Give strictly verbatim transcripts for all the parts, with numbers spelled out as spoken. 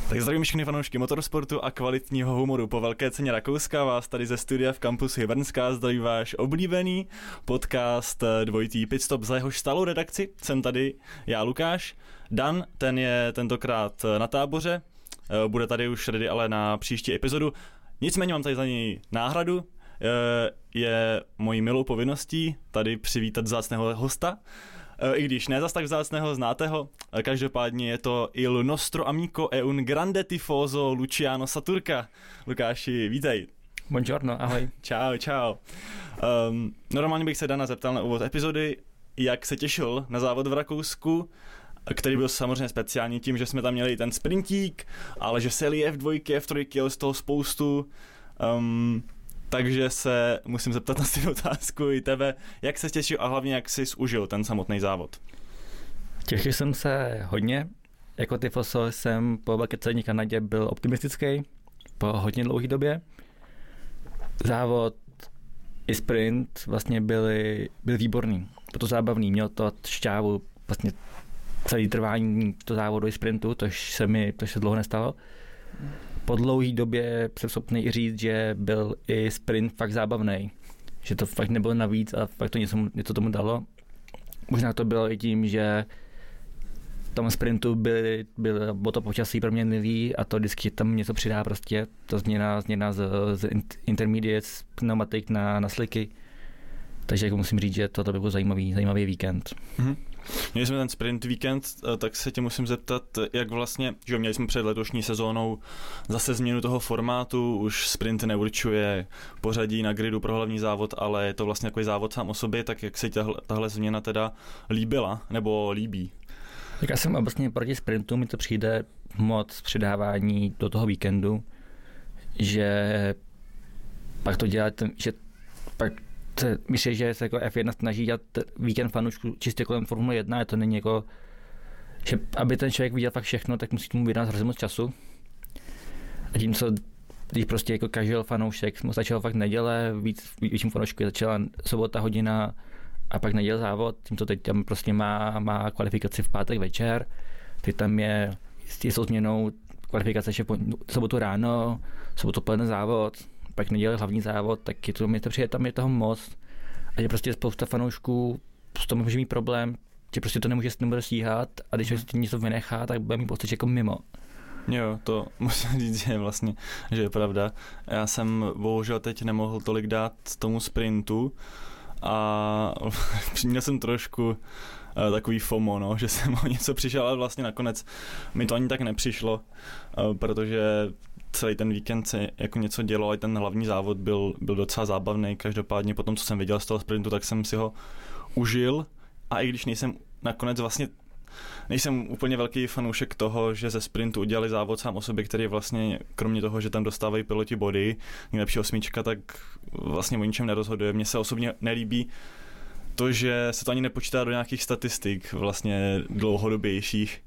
Tak zdravím všechny fanoušky motorsportu a kvalitního humoru. Po velké ceně Rakouska vás tady ze studia v kampusu Brnská zdraví váš oblíbený podcast dvojitý Pitstop. Za jehož stálou redakci jsem tady já, Lukáš. Dan, ten je tentokrát na táboře, bude tady už ready ale na příští epizodu. Nicméně mám tady za něj náhradu. Je mojí milou povinností tady přivítat vzácného hosta. I když ne zas tak vzácného, znáte ho. Každopádně je to il nostro amico e un grande tifoso Luciano Saturka. Lukáši, vítej. Buongiorno, ahoj. Čau, čau. Um, normálně bych se Dana zeptal na úvod epizody, jak se těšil na závod v Rakousku, který byl samozřejmě speciální tím, že jsme tam měli ten sprintík, ale že se jeli F dva, F tři, jel z toho spoustu. Um, Takže se musím zeptat na stejnou otázku i tebe, jak se těšil a hlavně jak jsi užil ten samotný závod? Těšil jsem se hodně. Jako tifoso jsem po velké ceně Kanadě byl optimistický po hodně dlouhé době. Závod i sprint vlastně byly, byl výborný. Bylo to zábavný, měl to šťávu vlastně celý trvání to závodu i sprintu, tož se mi to se dlouho nestalo. Po dlouhé době jsem schopný i říct, že byl i sprint fakt zábavný. Že to fakt nebylo navíc a fakt to něco, něco tomu dalo. Možná to bylo i tím, že v tom sprintu byly, bylo, bylo to počasí proměnlivý a to vždycky tam něco přidá prostě. Ta změna, změna z, z intermediate, z pneumatik na, na sliky. Takže jako musím říct, že toto by byl zajímavý, zajímavý víkend. Mm-hmm. Měli jsme ten sprint víkend, tak se tě musím zeptat, jak vlastně, že měli jsme před letošní sezónou zase změnu toho formátu, už sprint neurčuje pořadí na gridu pro hlavní závod, ale je to vlastně takový závod sám o sobě, tak jak se tahle, tahle změna teda líbila, nebo líbí? Tak já jsem obecně proti sprintu, mi to přijde moc přidávání do toho víkendu, že pak to dělá, ten, že pak myslím, že se jako F jedna snaží dělat víkend fanoušků čistě kolem Formule jedna, a to není jako, že aby ten člověk viděl fakt všechno, tak musí tomu vydat hrozně moc času. A tím, co když prostě jako casual fanoušek mu začal fakt neděle, víc, větším fanoušku začala sobota hodina a pak neděl závod, tím to teď tam prostě má, má kvalifikaci v pátek večer, teď tam je s tou změnou kvalifikace ještě po sobotu ráno, sobotu poledne závod, pak nedělali hlavní závod, tak je to, mě to přijde, tam je toho moc a že prostě spousta fanoušků s tom může mít problém, že prostě to nemůže, nemůže stíhat a když se něco vynechá, tak bude mít pocit jako mimo. Jo, to musím říct, že je vlastně, že je pravda. Já jsem bohužel teď nemohl tolik dát tomu sprintu a měl jsem trošku uh, takový FOMO, no, že jsem o něco přišel, ale vlastně nakonec mi to ani tak nepřišlo, uh, protože celý ten víkend se jako něco dělo, a ten hlavní závod byl, byl docela zábavný. Každopádně po tom, co jsem viděl z toho sprintu, tak jsem si ho užil a i když nejsem nakonec vlastně nejsem úplně velký fanoušek toho, že ze sprintu udělali závod sám o sobě, který vlastně kromě toho, že tam dostávají piloti body, nejlepší osmička, tak vlastně o ničem nerozhoduje. Mně se osobně nelíbí to, že se to ani nepočítá do nějakých statistik vlastně dlouhodobějších.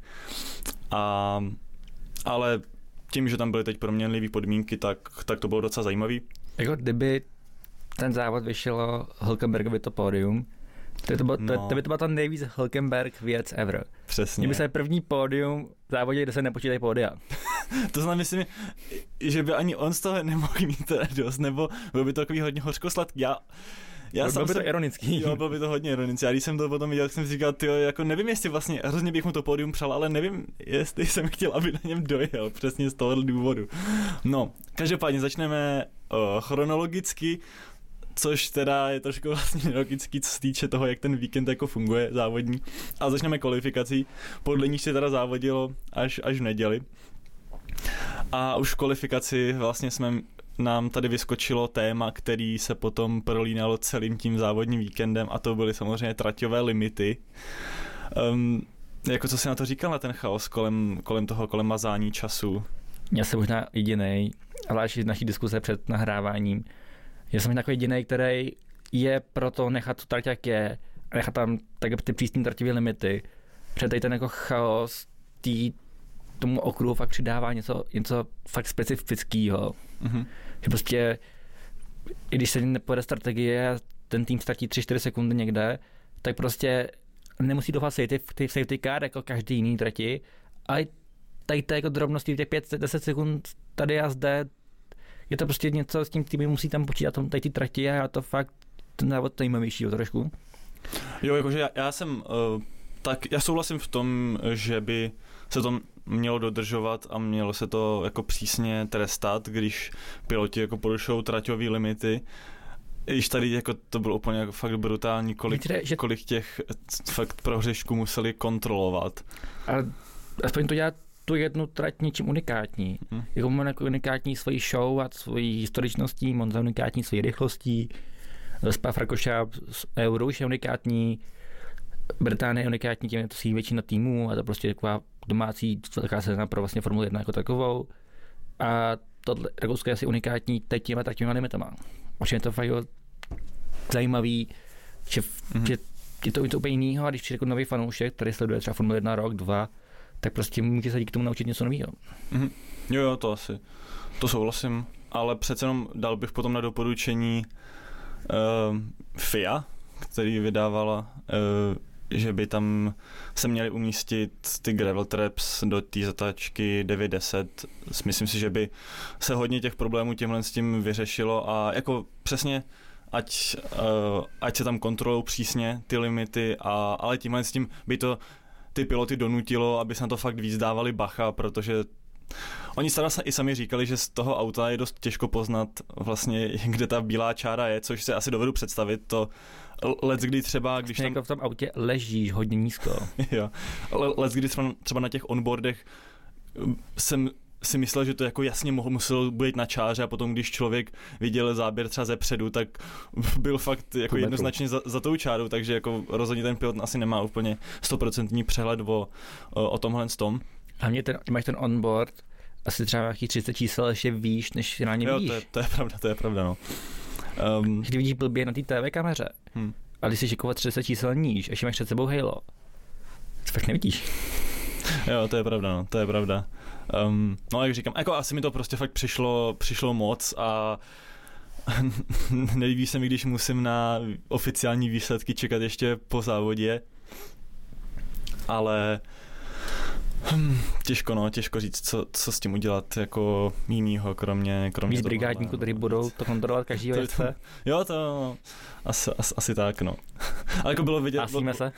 A, ale tím, že tam byly teď proměnlivé podmínky, tak, tak to bylo docela zajímavý. Jako kdyby ten závod vyšel Hülkenbergovi to pódium, to, to, bylo, no. to, to by to byla ta nejvíc Hülkenberg věc ever. Přesně. Kdyby se první pódium v závodě, kde se nepočítají pódia. To znamená, myslím, že by ani on z toho nemohl mít radost, nebo byl by to takový hodně hořkosladký. Já, já byl by to jsem, ironický. Jo, byl by to hodně ironický. Já když jsem to potom viděl, tak jsem si říkal, tyjo, jako nevím, jestli vlastně, hrozně bych mu to pódium přál, ale nevím, jestli jsem chtěl, aby na něm dojel, přesně z tohohle důvodu. No, každopádně začneme uh, chronologicky, což teda je trošku vlastně nelogický, co se týče toho, jak ten víkend jako funguje závodní. A začneme kvalifikací, podle níž se teda závodilo až, až v neděli. A už v kvalifikaci vlastně jsme, nám tady vyskočilo téma, který se potom prolínalo celým tím závodním víkendem a to byly samozřejmě traťové limity. Um, jako co jsi na to říkal, na ten chaos kolem, kolem toho, kolem mazání času? Já jsem možná jedinej, ale až naší diskuse před nahráváním, já jsem takový jedinej, který je proto nechat tu trať, jak je, a nechat tam tak ty přísný traťové limity. Před tady ten jako chaos tý, tomu okruhu fakt přidává něco, něco fakt specifického. Mm-hmm. Že prostě, i když se nepojede strategie, ten tým ztratí tři čtyři sekundy někde, tak prostě nemusí doufat safety, safety car jako každý jiný trati, ale tady té jako drobnosti, těch pět deset sekund tady a zde, je to prostě něco s tím týmy musí tam počítat tady ty trati a já to fakt ten závod zajímavější trošku. Jo, jakože já, já jsem, uh, tak já souhlasím v tom, že by se to mělo dodržovat a mělo se to jako přísně trestat, když piloti jako porušují traťové limity. Když tady jako to bylo úplně jako fakt brutální, kolik, Víte, že... kolik těch fakt prohřešků museli kontrolovat. Ale aspoň to dělá tu jednu trať něčím unikátní. Hmm. Jako Monaco unikátní svojí show a svojí historičností, Monza unikátní svojí rychlostí, Spa-Francorchamps Euro je unikátní, Británie je unikátní tím, je to si většina týmů a to prostě taková domácí velká scéna pro vlastně Formule jedna jako takovou. A tohle Rakousko je asi unikátní teď těma takovýma limitama. Možná je to fakt zajímavý, že, mm-hmm. že je to, je to úplně jinýho a když přijde jako nový fanoušek, který sleduje třeba Formule jedna rok, dva, tak prostě může se díky tomu naučit něco nového. Mm-hmm. Jo, jo, to asi. To souhlasím, ale přece jenom dal bych potom na doporučení uh, F I A, který vydávala, uh, že by tam se měli umístit ty gravel traps do té zatáčky devět deset. Myslím si, že by se hodně těch problémů tímhle s tím vyřešilo a jako přesně ať, uh, ať se tam kontrolují přísně ty limity, a, ale tímhle s tím by to ty piloty donutilo, aby se na to fakt víc dávali bacha, protože oni se i sami říkali, že z toho auta je dost těžko poznat vlastně, kde ta bílá čára je, což si asi dovedu představit, to leckdy třeba, když tam... Jako v tom autě ležíš hodně nízko. Jo, leckdy třeba, třeba na těch onboardech jsem si myslel, že to jako jasně mohl, musel být na čáře a potom, když člověk viděl záběr třeba ze předu, tak byl fakt jako jednoznačně za, za tou čárou, takže jako rozhodně ten pilot asi nemá úplně stoprocentní přehled o, o, o tomhle tom. A mě ten, máš ten onboard asi třeba nějakých třicet čísel ještě výš, než finálně jo, vidíš. Jo, to, to je pravda, to je pravda, no. Um, když vidíš blbě na té té vé kameře, hmm. a když jsi šikovat třicet čísel níž, ještě máš před sebou halo, to fakt nevidíš. Jo, to je pravda, no, to je pravda. Um, no, jak říkám, jako asi mi to prostě fakt přišlo, přišlo moc a nelíbí se mi, když musím na oficiální výsledky čekat ještě po závodě, ale hm, těžko, no, těžko říct, co, co s tím udělat jako jinýho, kromě, kromě Víc brigádníků, kteří budou to kontrolovat každý jezdce. Jo, to no, asi, asi, asi tak, no. Ale jako bylo vidět... Hlasíme se.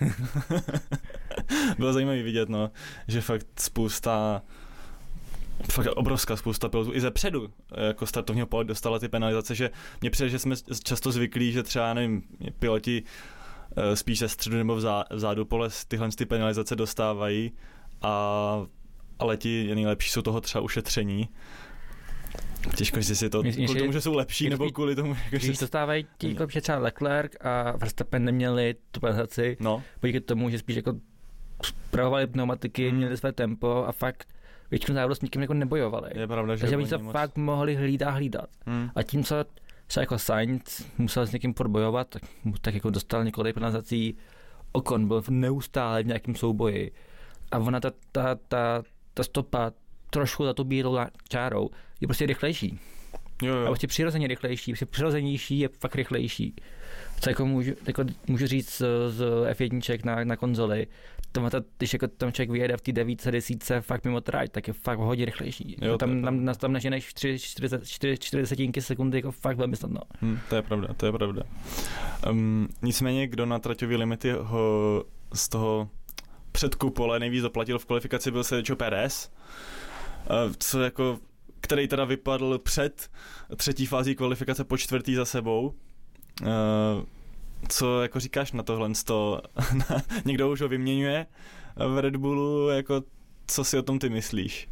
Bylo zajímavé vidět, no, že fakt spousta, fakt obrovská spousta pilotů i ze předu, jako startovního pole dostala ty penalizace, že mně přijde, že jsme často zvyklí, že třeba, nevím, piloti spíš ze středu nebo vzadu pole tyhle ty penalizace dostávají a, ale ti nejlepší jsou toho třeba ušetření. Těžko říct si to, Myslím, kvůli tomu, že jsou lepší, nebo kvůli tomu, jako, že... Když dostávají ti, jako třeba Leclerc a Verstappen neměli tu penalizaci, no. Díky tomu, že spíš jako spravovali pneumatiky, hmm. měli své tempo a fakt většinu závodu s nikým jako nebojovali. Je pravda, že takže oni se moc... fakt mohli hlídat hlídat. Hmm. A tím, co třeba jako Sainz musel s někým podbojovat, tak, tak jako dostal několik penalizací. Ocon byl neustále v nějakém souboji. A ona ta, ta, ta, ta stopa trošku za tu bílou čárou je prostě rychlejší. Jo, jo. A prostě přirozeně rychlejší, prostě přirozenější je fakt rychlejší. Co jako můžu, jako můžu říct z, z F jedna na, na konzoli, to, když jako tam člověk vyjede v té devítce, desítce fakt mimo trať, tak je fakt hodně rychlejší. Jo, tam, tam, tam neženeš čtyři desetinky sekundy jako fakt velmi snadno. Hmm, to je pravda, to je pravda. Um, nicméně, kdo na traťové limity ho z toho předkupole nejvíc zaplatil v kvalifikaci, byl Sergio Pérez, uh, co jako, který teda vypadl před třetí fází kvalifikace po čtvrtý za sebou. Uh, co jako říkáš na tohle? Někdo už ho vyměňuje v Red Bullu, jako co si o tom ty myslíš?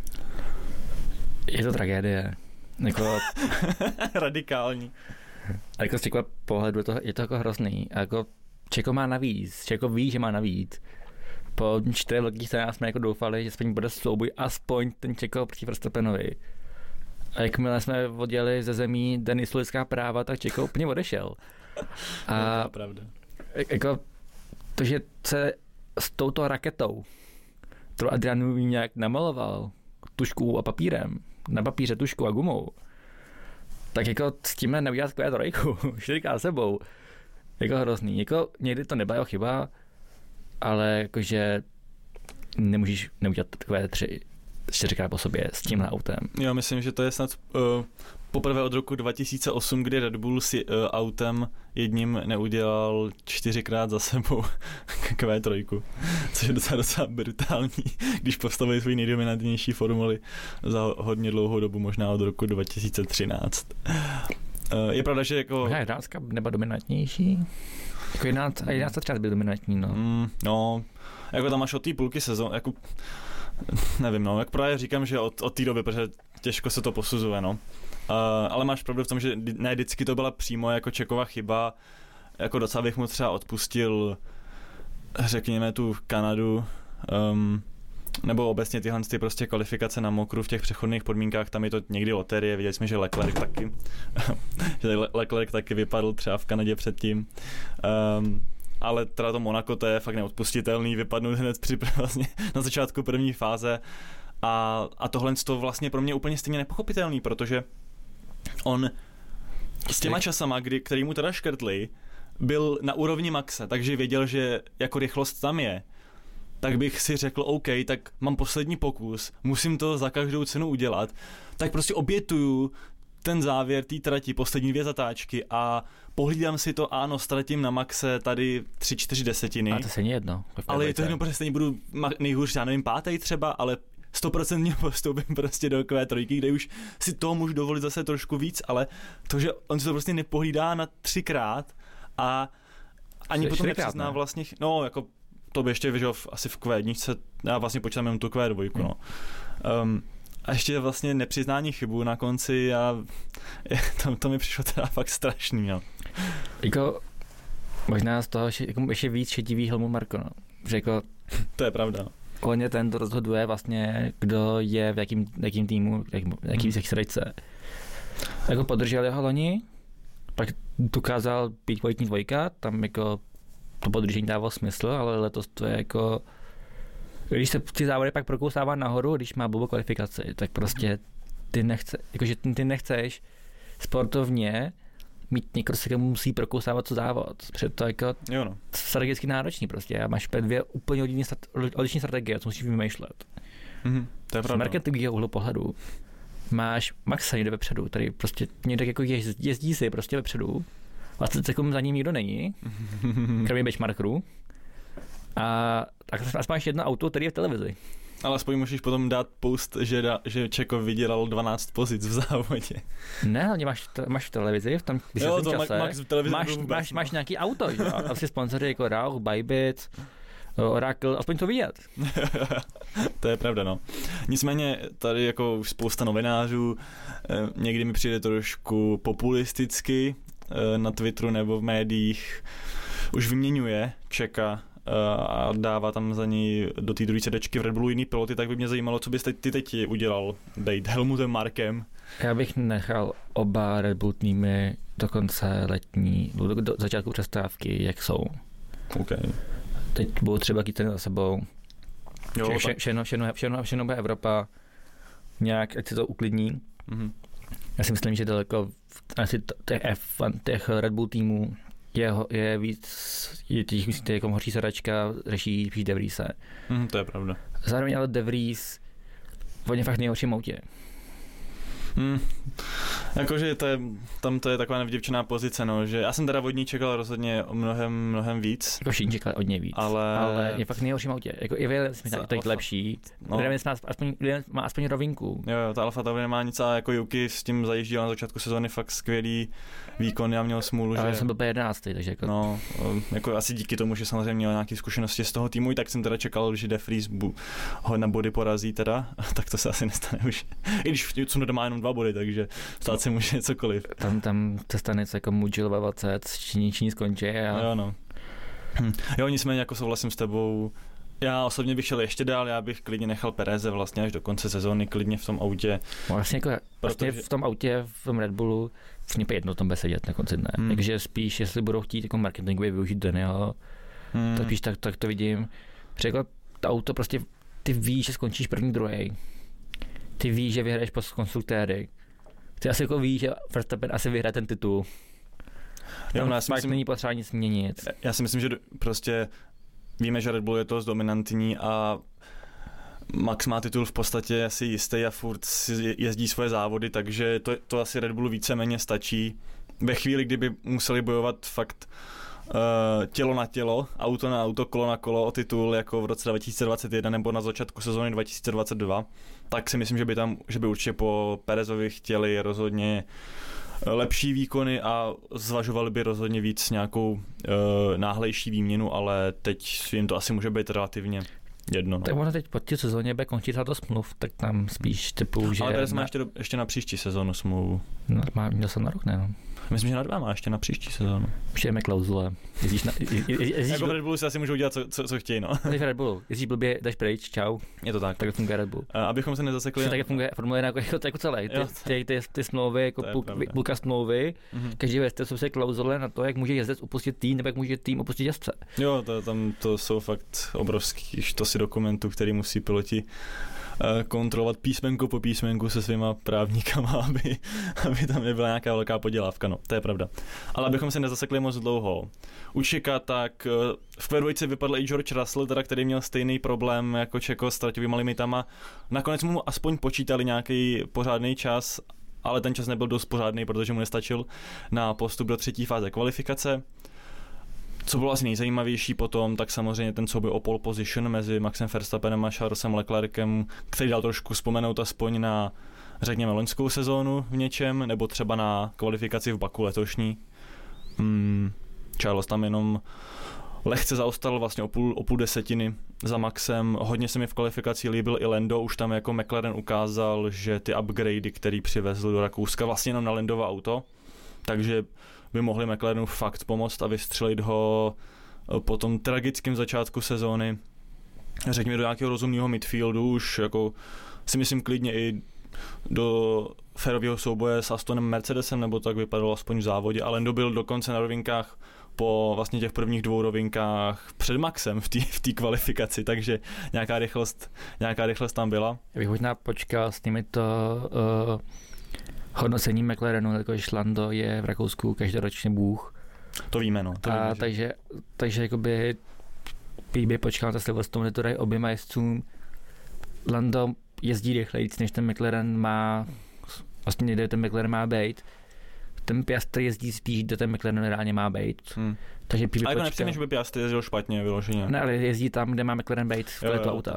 Je to tragédie. Jako... Radikální. A jako z těkova pohledu je to, je to jako hrozný. A jako Čeko má navíc. Čeko ví, že má navíc. Po čtyři velkých scénách jsme jako doufali, že aspoň bude souboj aspoň ten Čeko proti Verstappenovi. A jakmile jsme odjeli ze zemí Denisu lidská práva, tak Čeko úplně odešel. A to pravda. Jako to, že se s touto raketou, kterou Adrian nějak namaloval tuškou a papírem, na papíře tuškou a gumou, tak jako s tím neudělat takové trojku, čtyřikrát sebou. Jako hrozný. Jako někdy to nebyla chyba, ale jakože nemůžeš neudělat takové tři. čtyřikrát po sobě s tímhle autem. Jo, myslím, že to je snad uh, poprvé od roku dva tisíce osm, kdy Red Bull si uh, autem jedním neudělal čtyřikrát za sebou Q tři, což je docela, docela brutální, když postavili svůj nejdominantnější formuli za hodně dlouhou dobu, možná od roku dva tisíce třináct. Uh, je pravda, že jako... Možná jedenáctka nebyla dominantnější? Jako jedenáct, a jedenáct třeba byl dominantní, no. Mm, no, jako tam až od té půlky sezon, jako nevím, no, jak právě říkám, že od, od té doby, protože těžko se to posuzuje, no. Uh, ale máš pravdu v tom, že ne vždycky to byla přímo jako Čekova chyba, jako docela bych mu třeba odpustil, řekněme, tu Kanadu, um, nebo obecně tyhle ty prostě kvalifikace na mokru v těch přechodných podmínkách, tam je to někdy loterie, viděli jsme, že Leclerc taky, že Leclerc taky vypadl třeba v Kanadě předtím. Um, ale teda to Monako, to je fakt neodpustitelný, vypadnout hned při vlastně na začátku první fáze a, a tohle to vlastně pro mě úplně stejně nepochopitelný, protože on s těma časama, kdy, který mu teda škrtli, byl na úrovni maxe, takže věděl, že jako rychlost tam je, tak bych si řekl, OK, tak mám poslední pokus, musím to za každou cenu udělat, tak prostě obětuju ten závěr té trati, poslední dvě zatáčky a pohlídám si to, ano, ztratím na maxe tady tři čtyři desetiny. A to se jedno. Ale je to jedno, protože stejně budu nejhůř, já nevím, pátej třeba, ale stoprocentně postoupím prostě do Q tři, kde už si toho můžu dovolit zase trošku víc, ale to, že on si to prostě nepohlídá na třikrát a ani potom nepřizná vlastně, no jako to by ještě vyžil asi v Q jedna, já vlastně počítám jenom tu Q dva, hmm. no. Um, A ještě vlastně nepřiznání chybu na konci a to, to mi přišlo teda fakt strašný, no. Jako, možná z toho jako ještě víc šedivý Helmut Marko, no. Že jako, to je pravda. On je ten, kdo rozhoduje vlastně, kdo je v jakým, jakým týmu, jakým, jakým hmm. srdce. Jako podržel jeho loni, pak dokázal být kvalitní dvojka, tam jako to podržení dávalo smysl, ale letos to je jako když se ty závody pak prokousává nahoru, když má blbou kvalifikaci, tak prostě ty, nechce, jakože ty nechceš sportovně mít někdo, se musí prokousávat co závod. Před to jako jo no. strategicky náročný prostě. A máš dvě úplně odlišné strategie, co musíš vymýšlet. Mm-hmm, to je pravda. Z marketingového úhlu pohledu máš Maxa někde vepředu, tady prostě někde jako jezdí, jezdí si prostě vepředu. Vlastně za ním nikdo není, kromě benchmarkerů. A tak aspoň máš jedno auto, který je v televizi. Ale aspoň můžeš potom dát post, že, da, že Čekov vydělal dvanáct pozic v závodě. Ne, hlavně máš, máš v televizi, v tom jo, to čase, Max v televizi máš, vůbec, máš, no. máš nějaký auto, jo? A vlastně sponzory jako Rauch, Bybit, Oracle, aspoň to vidět. To je pravda, no. Nicméně tady jako už spousta novinářů, někdy mi přijde trošku populisticky na Twitteru nebo v médiích, už vyměňuje Čeka a dává tam za ní do té druhé sedečky v Red Bullu jiný piloty, tak by mě zajímalo, co bys ty teď udělal, bejt Helmutem Markem. Já bych nechal oba Red Bull týmy do konce letní, do, do začátku přestávky, jak jsou. Okay. Teď budou třeba kytany za sebou. Jo, vše, vše, všechno, všechno, všechno, všechno bude Evropa nějak, ať se to uklidní. Mm-hmm. Já si myslím, že daleko asi těch, F, těch Red Bull týmů je, je víc, je těch, myslíte, jako hoří sedačka, řeší spíš De Vriese. Mm, to je pravda. Zároveň ale De Vries on je fakt nejhorším autě. Hmm. Jakože to je, tam to je taková nevděčná pozice, no, že já jsem teda od ní čekal rozhodně o mnohem, mnohem víc. Jako všichni čekali od něj víc, ale, ale je fakt nejhorším autě. Jako je Williams to je lepší, no. Williams má aspoň, má aspoň rovinku. Jo, jo, ta Alfa Tauri nemá nic a jako Yuki s tím zajížděl na začátku sezóny fakt skvělý výkon, já měl smůlu, ale že... jsem byl jedenáctý, takže jako... No, jako asi díky tomu, že samozřejmě měl nějaké zkušenosti z toho týmu, i tak jsem teda čekal, že De Vries bu, ho na body porazí teda, tak to se asi nestane už. I když Tsunoda má jenom dva body, takže stát se může cokoliv. Tam, tam se stane něco jako Mugello dvacet, činí, činí skončí a... Jo, no. Hm. Jo, nicméně jako souhlasím s tebou. Já osobně bych šel ještě dál, já bych klidně nechal Pereze vlastně až do konce sezóny, klidně v tom autě. Vlastně, jako, vlastně protože... v tom autě, v tom Red Bullu, vlastně jedno tam bude sedět na konci dne. Hmm. Takže spíš, jestli budou chtít jako marketingově využít Daniela, hmm. tak spíš tak, tak to vidím. Překlad to auto prostě, ty víš, že skončíš první, druhý. Ty víš, že vyhraješ post konstruktéry. Ty asi jako víš, že Verstappen asi vyhraje ten titul. Tam jo, myslím, není potřeba nic měnit. Já si myslím, že prostě víme, že Red Bull je to dominantní a Max má titul v podstatě asi jistý a furt si jezdí svoje závody, takže to, to asi Red Bullu víceméně stačí. Ve chvíli, kdyby museli bojovat fakt uh, tělo na tělo, auto na auto, kolo na kolo o titul jako v roce dva tisíce dvacet jedna nebo na začátku sezóny dva tisíce dvacet dva, tak si myslím, že by tam, že by určitě po Perezovi chtěli rozhodně lepší výkony a zvažovali by rozhodně víc nějakou uh, náhlejší výměnu, ale teď jim to asi může být relativně jedno. No. Tak ono teď po té sezóně bude končit to smluv, tak tam spíš typu, že... Ale Perez má na... ještě, do, ještě na příští sezónu smlouvu. No, má, měl jsem na rok, ne? No. Myslím, že na dva má ještě na příští sezónu. Přijeme klauzule. Jezdíš na... Jezdíš jako v Red Bullu si asi můžou dělat, co, co, co chtějí, no. Jezdíš v Red Bullu. Jezdíš blbě, jdeš pryč, čau. Je to tak. Tak funguje Red Bull. A abychom se nezasekli... Tak funguje Formule jedna jako, jako, jako celé. Ty, ty, ty, ty smlouvy, jako půl, půlka smlouvy, mm-hmm. každý věc, jsou se klauzule na to, jak může jezdec upustit tým, nebo jak může tým upustit jezdce. Jo, to, tam to jsou fakt obrovský štosy dokumentů, který musí piloti kontrolovat písmenku po písmenku se svýma právníkama, aby, aby tam nebyla nějaká velká podělávka, no, to je pravda. Ale abychom se nezasekli moc dlouho. U Čeka tak v Q dva vypadl i George Russell, teda, který měl stejný problém jako Čeko s traťovýma limitama. Nakonec mu aspoň počítali nějaký pořádný čas, ale ten čas nebyl dost pořádný, protože mu nestačil na postup do třetí fáze kvalifikace. Co bylo asi nejzajímavější potom, tak samozřejmě ten souboj o pole position mezi Maxem Verstappenem a Charlesem Leclercem, který dal trošku vzpomenout aspoň na, řekněme, loňskou sezónu v něčem, nebo třeba na kvalifikaci v Baku letošní. Hmm, Charles tam jenom lehce zaostal vlastně o půl, o půl desetiny za Maxem. Hodně se mi v kvalifikaci líbil i Lando, už tam jako McLaren ukázal, že ty upgradey, který přivezl do Rakouska, vlastně jenom na Landovo auto, takže by mohli McLarenu fakt pomoct a vystřelit ho po tom tragickém začátku sezóny, řekněme, do nějakého rozumného midfieldu, už jako si myslím klidně i do férového souboje s Astonem Mercedesem, nebo tak vypadalo aspoň v závodě, ale Lando byl dokonce na rovinkách po vlastně těch prvních dvou rovinkách před Maxem v té v té kvalifikaci, takže nějaká rychlost, nějaká rychlost tam byla. Já bych možná počkal s těmito uh... hodnocení McLarenu, jakož Lando je v Rakousku každoročně bůh. To víme, no. To a víme, takže, že... takže jakoby by počkal na Silverstone, to dají oběma jezdcům. Lando jezdí rychlejc, než ten McLaren má, vlastně nejde, ten McLaren má být. Ten Piastri jezdí spíš, kde ten McLaren reálně má být. Hmm. Takže P B a jako počkal. nepřijde, že by Piastri jezdil špatně, vyloženě. Ne, ale jezdí tam, kde má McLaren být v tohleto auta.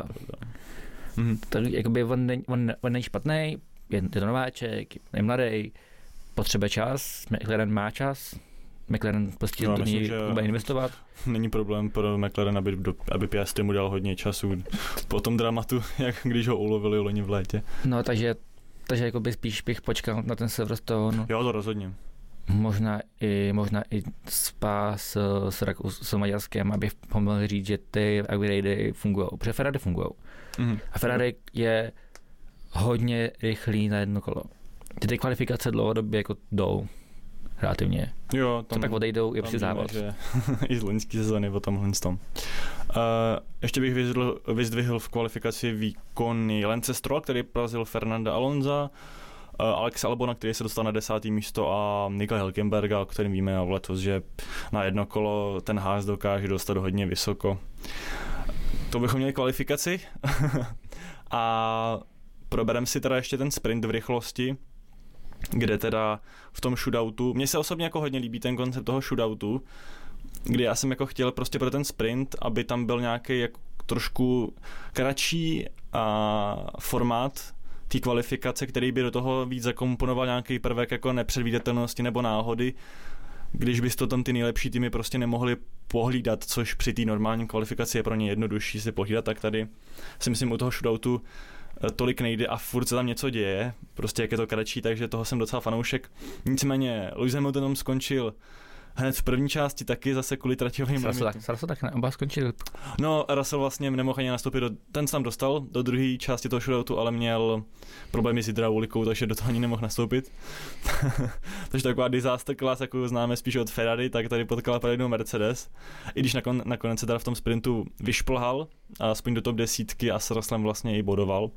Hmm. Tak jakoby on, on, on není špatný, je to nováček, je mladý, potřebuje čas, McLaren má čas, McLaren prostě no, do myslím, ní bude investovat. Není problém pro McLaren, aby, aby Piastri mu dal hodně času po tom dramatu, jak když ho ulovili loni v létě. No takže, takže jakoby spíš bych počkal na ten Silverstone. Jo, to rozhodně. Možná i, možná i Spa s, s, s Maďarskem, aby mohl říct, že ty upgradey fungují, protože Ferrari fungují. Mm-hmm. A Ferrari je hodně rychlý na jedno kolo. Ty, ty kvalifikace dlouhodobě jako jdou relativně. Jo, tam, co pak odejdou je při závod. I z loňský sezóny o tomhle tom. Uh, ještě bych vyzdvihl, vyzdvihl v kvalifikaci výkony Lance Stroll, který porazil Fernanda Alonza, uh, Alex Albona, který se dostal na desátý místo, a Nika Hülkenberga, o kterém víme v letos, že na jedno kolo ten Haas dokáže dostat hodně vysoko. To bychom měli kvalifikaci. A probereme si teda ještě ten sprint v rychlosti, kde teda v tom shootoutu, mně se osobně jako hodně líbí ten koncept toho shootoutu, kdy já jsem jako chtěl prostě pro ten sprint, aby tam byl nějaký jako trošku kratší a formát té kvalifikace, který by do toho víc zakomponoval nějaký prvek jako nepředvídatelnosti nebo náhody, když bys to tam ty nejlepší týmy prostě nemohli pohlídat, což při té normální kvalifikaci je pro ně jednodušší si pohlídat, tak tady si myslím u toho shootoutu tolik nejde a furt se tam něco děje, prostě jak je to kratší, takže toho jsem docela fanoušek. Nicméně Lewis Hamilton tam skončil hned v první části taky zase kvůli traťovým limitům. Russell tak ne, oba skončil. No, Russell vlastně nemohl ani nastoupit, do, ten se tam dostal do druhé části toho shootoutu, ale měl problémy s hydraulikou, takže do toho ani nemohl nastoupit. Takže taková disaster class, jako známe spíš od Ferrari, tak tady potkala jednou Mercedes. I když nakon, nakonec se teda v tom sprintu vyšplhal, a aspoň do top desítky a s Russellem vlastně i bodoval.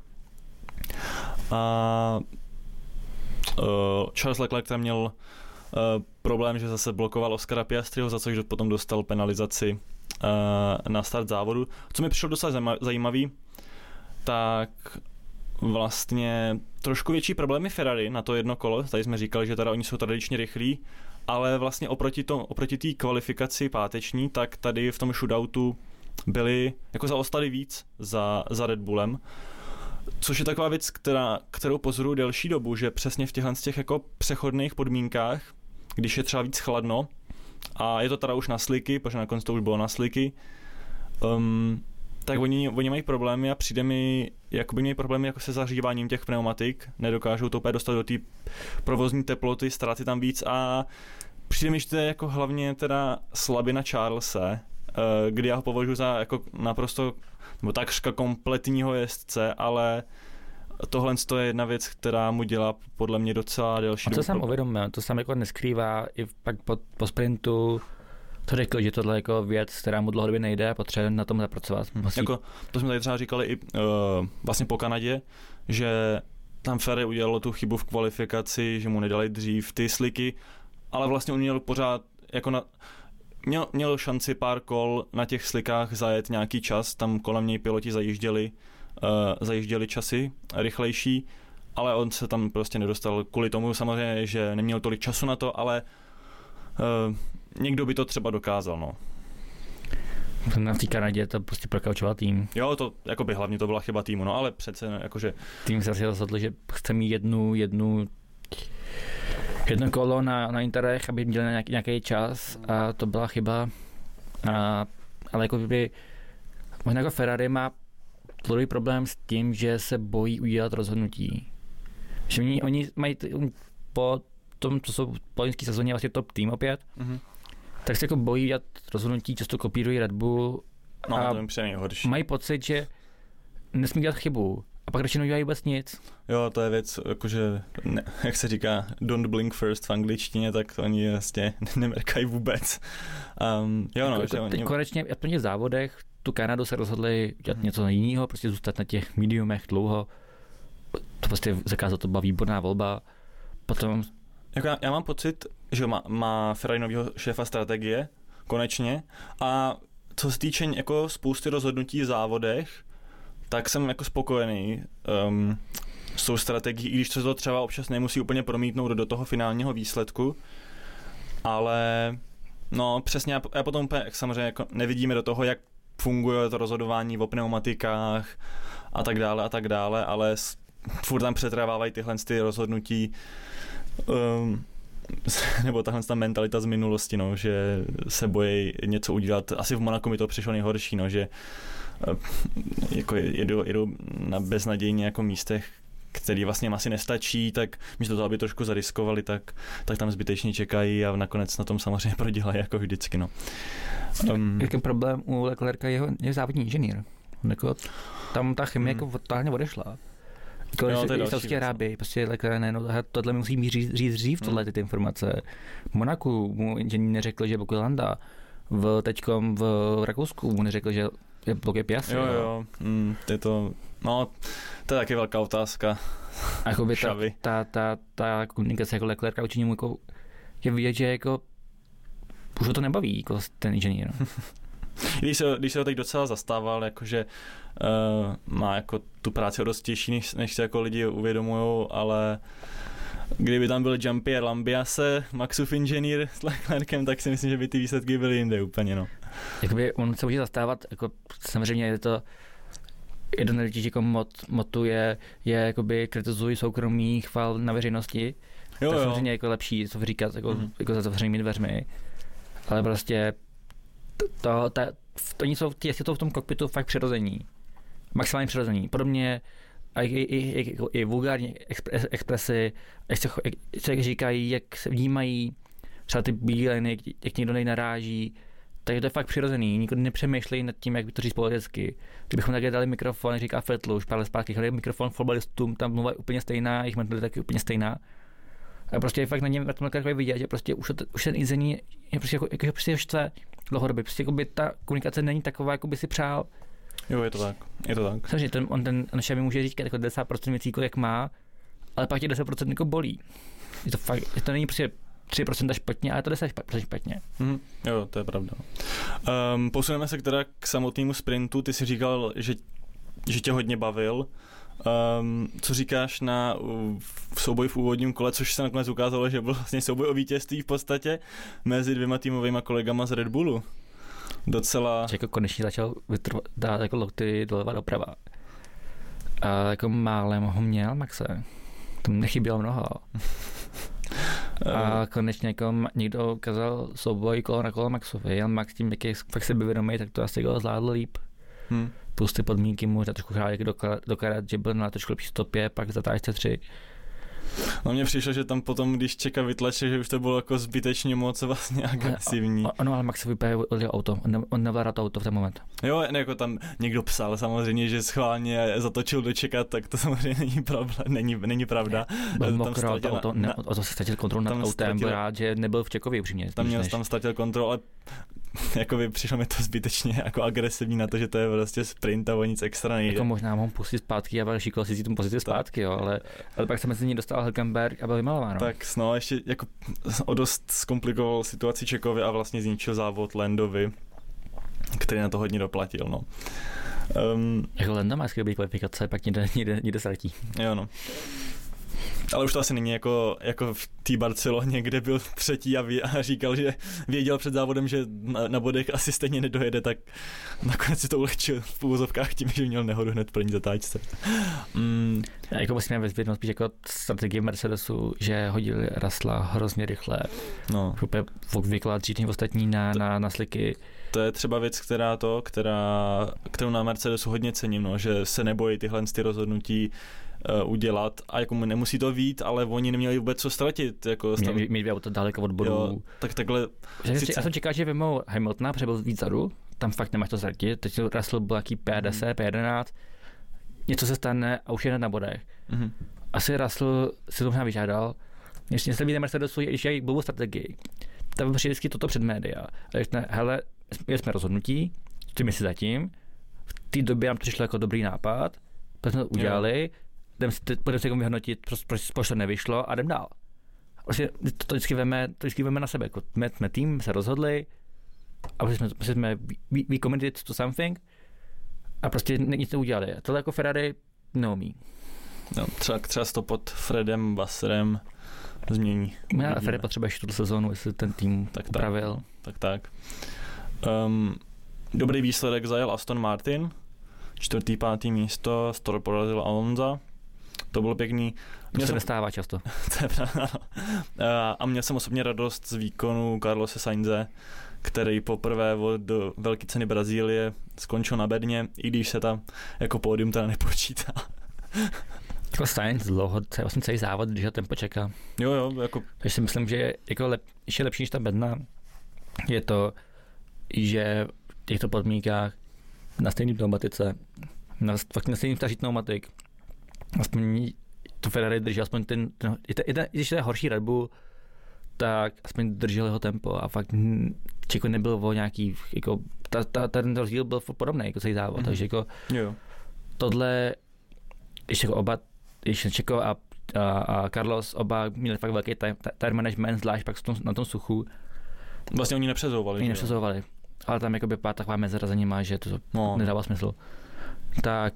A uh, Charles Leclerc tam měl uh, problém, že zase blokoval Oscara Piastriho, za což potom dostal penalizaci uh, na start závodu. Co mi přišlo docela zajímavý, tak vlastně trošku větší problémy Ferrari na to jedno kolo. Tady jsme říkali, že teda oni jsou tradičně rychlí, ale vlastně oproti to, oproti té kvalifikaci páteční, tak tady v tom shootoutu byli, jako zaostali víc za, za Red Bullem. Což je taková věc, která, kterou pozoruju delší dobu, že přesně v těchto těch jako přechodných podmínkách, když je třeba víc chladno, a je to teda už na sliky, protože nakonec to už bylo na sliky, um, tak oni, oni mají problémy a přijde mi, jakoby mají problémy jako se zahříváním těch pneumatik, nedokážou to úplně dostat do té provozní teploty, ztráty tam víc a přijde mi, že to je jako hlavně teda slabina Charlese, kdy já ho považuji za jako naprosto, nebo takřka kompletního jezdce, ale tohle je jedna věc, která mu dělá podle mě docela delší. A to sám uvědomil, to sám jako neskrývá, i pak po, po sprintu to řekl, že tohle je jako věc, která mu dlouhodobě nejde a potřebuje na tom zapracovat. Musí... Jako, to jsme tady třeba říkali i uh, vlastně po Kanadě, že tam Ferrari udělalo tu chybu v kvalifikaci, že mu nedali dřív ty sliky, ale vlastně on měl pořád jako na... Měl, měl šanci pár kol na těch slikách zajet nějaký čas, tam kolem něj piloti zajížděli, uh, zajížděli časy rychlejší, ale on se tam prostě nedostal kvůli tomu samozřejmě, že neměl tolik času na to, ale uh, někdo by to třeba dokázal, no. Na té Kanadě to prostě prokaučoval tým. Jo, to jako by hlavně to byla chyba týmu, no ale přece jakože... Tým se asi rozhodl, že chce mít jednu, jednu jedno kolo na, na Interech, aby měli nějaký, nějaký čas a to byla chyba. A, ale jako by možná jako Ferrari má dlouhý problém s tím, že se bojí udělat rozhodnutí. Že oni, oni mají t- po tom, co jsou po loňské sezóně vlastně top tým opět, mm-hmm. tak se jako bojí udělat rozhodnutí, často kopírují Red Bull no, a to je mají pocit, že nesmí dělat chybu. A pak radši nedělají vůbec nic. Jo, to je věc, jakože, ne, jak se říká, don't blink first v angličtině, tak oni vlastně nemerkají vůbec. Um, jo, no, jako, že jako, oni... Konečně v těch závodech tu Kanadu se rozhodli dělat hmm. něco jiného, prostě zůstat na těch mediumech dlouho. To prostě zakázat, to byla výborná volba. Potom... Jako já, já mám pocit, že má, má Ferrari novýho šéfa strategie, konečně, a co se týče jako spousty rozhodnutí v závodech, tak jsem jako spokojený um, s tou strategií, i když se to třeba občas nemusí úplně promítnout do, do toho finálního výsledku, ale no přesně, já, já potom jak samozřejmě jako nevidíme do toho, jak funguje to rozhodování o pneumatikách a tak dále a tak dále, ale s, furt tam přetrvávají tyhle ty rozhodnutí um, nebo tahle ta mentalita z minulosti, no, že se bojí něco udělat. Asi v Monaku mi to přišlo nejhorší, no, že jako jedou, jedou na beznadějně jako místech, který vlastně asi nestačí, tak místo toho, aby trošku zariskovali, tak, tak tam zbytečně čekají a nakonec na tom samozřejmě prodělají jako vždycky. No. Um, Jaký problém u Leclerca je jeho je závodní inženýr. Jako, tam ta chemie hmm. jako totálně odešla. Jako, jo, to je další věc. Ráby, prostě Leclerc nejenom, tohle mi musí mít říct, říct dřív, tohle ty informace. V Monaku mu inženýr neřekl, že pokud Landa, v teďkom v Rakousku mu neřekl, že je blok je Piastri. Jo, jo, mm, je to, no, to je taky velká otázka. A jako by ta, ta, ta, ta komunikace jako Leclerca učení mu jako, je vidět, že jako už ho to nebaví, jako ten inženýr. Když se, když se ho teď docela zastával, jakože uh, má jako tu práci o dost těžší, než, než se jako lidi uvědomujou, ale kdyby tam byl Jean-Pierre Lambiase, Maxův inženýr s Leclercem, tak si myslím, že by ty výsledky byly jinde úplně, no. Jakoby on se může zastávat, jako samozřejmě je to jeden nejdůležitější jako mod, motu je, je jakoby kritizují soukromí, chval na veřejnosti. Jo, tak jo. samozřejmě jako lepší to říkat jako, mm-hmm. jako za zavřenými dveřmi. Ale prostě to, ta, oni jsou, ti jsou v tom kokpitu fakt přirození. Maximálně přirození. Podobně a i, i, i, i vulgární expresy, jak se, jak říkají, jak se vnímají, třeba ty bíleny, jak někdo naráží, takže to je fakt přirozený, nikdo nepřemýšlí nad tím, jak by to říct politicky. Kdybychom také dali mikrofon, jak říká Vettel, už pár let zpátky, dali mikrofon fotbalistům, tam mluva je úplně stejná, jejich mentalita taky úplně stejná. A prostě je fakt na něm na tom vidět, že prostě už, to, už ten inzení je prostě jako, jako prostě štve dlouhodobě, prostě jako by ta komunikace není taková, jako by si přál. Jo, je to tak, je to tak. Takže ten, on ten naše mi může říkat jako devadesát procent věcí, jak má, ale pak tě deset procent jako bolí. Je to fakt, to není prostě tři procenta špatně, ale to deset procent špatně. Mm, jo, to je pravda. Um, posuneme se teda k samotnému sprintu. Ty jsi říkal, že že tě hodně bavil. Um, co říkáš na v souboj v úvodním kole, což se nakonec ukázalo, že byl vlastně souboj o vítězství v podstatě mezi dvěma týmovými kolegama z Red Bullu. Docela... Jako konečně začal vytrvat, dát jako lokty doleva doprava. A jako málem ho měl Maxe. Tam nechybělo mnoho. A konečně jako někdo ukázal souboj kolo na kolo Maxovi. A Max tím, jak je fakt sebevědomý, tak to asi ho zvládl líp. Hmm. Plus ty podmínky mu trošku hráli dokarat, že byl na trošku lepší stopě, pak zatáčce tři. No mně přišlo, že tam potom, když čeka vytlače, že už to bylo jako zbytečně moc vlastně agresivní. Ano, ale Max vypadá auto, on, on nevládá to auto v ten moment. Jo, ne, jako tam někdo psal samozřejmě, že schválně zatočil dočekat, tak to samozřejmě není, problém, není, není pravda. Byl mokro, to auto, ne, o to se ztratil kontrolu nad autem, ztratil, byl rád, že nebyl v Čekově upřímně. Tam měl, tam ztratil kontrolu, ale jakoby přišlo mi to zbytečně jako agresivní na to, že to je prostě sprint a o nic extra nejde. Jako možná mohl pustit zpátky a další kolo si tu pozici zpátky, jo, ale, ale pak se mezi ní dostal Hülkenberg a byl vymalováno. Tak no, ještě jako o dost zkomplikoval situaci Čekovi a vlastně zničil závod Landovi, který na to hodně doplatil, no. Um, jako Lando má skvělý kvalifikace, pak někde, někde, někde ztratí. Jo, no. Ale už to asi není jako, jako v té Barceloně, kde byl třetí a, ví, a říkal, že věděl před závodem, že na, na bodech asi stejně nedojede, tak nakonec si to ulečil v úvozovkách tím, že měl nehodu hned v první zatáčce. Mm. Já jako musíme vyzvědnout spíš jako strategii Mercedesu, že hodili Russella hrozně rychle. No. Úplně vyklad dřív než ostatní na, na, na sliky. To je třeba věc, která to, která, kterou na Mercedesu hodně cením, no, že se nebojí tyhle ty rozhodnutí uh, udělat a jako nemusí to vít, ale oni neměli vůbec co ztratit. Jako stav... Měli dvě auto daleko od bodu. Jo, tak takhle... Sice... Já jsem čekal, že vymou Hamiltona, protože byl víc zadu, tam fakt nemáš to ztratit. Teď Russell byl jaký P deset, mm. P jedenáct, něco se stane a už je na bodech. Mm. Asi Russell si to možná vyžádal. Ještě se víte Mercedesu, když je blbou strategii, tak přijde vždycky toto před média. A řekne, hele, jsme rozhodnutí, co my si zatím, v té době nám to přišlo jako dobrý nápad, pak jsme to udělali, budeme se jako vyhodnotit, proč, proč, proč to nevyšlo a jdem dál. Vlastně to, to, vždycky veme, to vždycky veme na sebe, jako jsme, jsme tým, se rozhodli a prostě jsme, prostě jsme we, we committed to something a prostě nic neudělali. Tohle jako Ferrari neumí. No, třeba, třeba to pod Fredem Vasserem změní. Já Ferrari potřebuješ tuto sezónu, jestli ten tým tak upravil. Tak, tak. tak. Um, dobrý výsledek zajel Aston Martin, čtvrtý, pátý místo, Stroll porazil Alonza, to bylo pěkný. To se nestává často. To je pravda. A měl jsem osobně radost z výkonu Carlose Sainze, který poprvé od velké ceny Brazílie skončil na bedně, i když se tam jako pódium teda nepočítá. Jako Sainz dlouho, vlastně celý závod, když ho tempo čeká. Jo, jo, jako... Takže si myslím, že je jako lep, ještě lepší než ta bedna. Je to, že v těchto podmínkách na stejný pneumatice, na, fakt na stejný vtažit pneumatik, aspoň to Ferrari drží, aspoň ten, ten, ten když to je horší Red Bull, tak aspoň držel jeho tempo a fakt Čeko nebyl o nějaký, jako, ta, ta, ten rozdíl byl podobný jako celý závod, mm-hmm. takže jako jo. Tohle, ještě jako oba, ještě Čeko a, a, a Carlos, oba měli fakt velký time, time management, zvlášť pak na tom suchu. Vlastně oni nepřezouvali. Oni nepřezouvali, ale tam jakoby pár taková mezera za nima, že to no. nedává smysl. Tak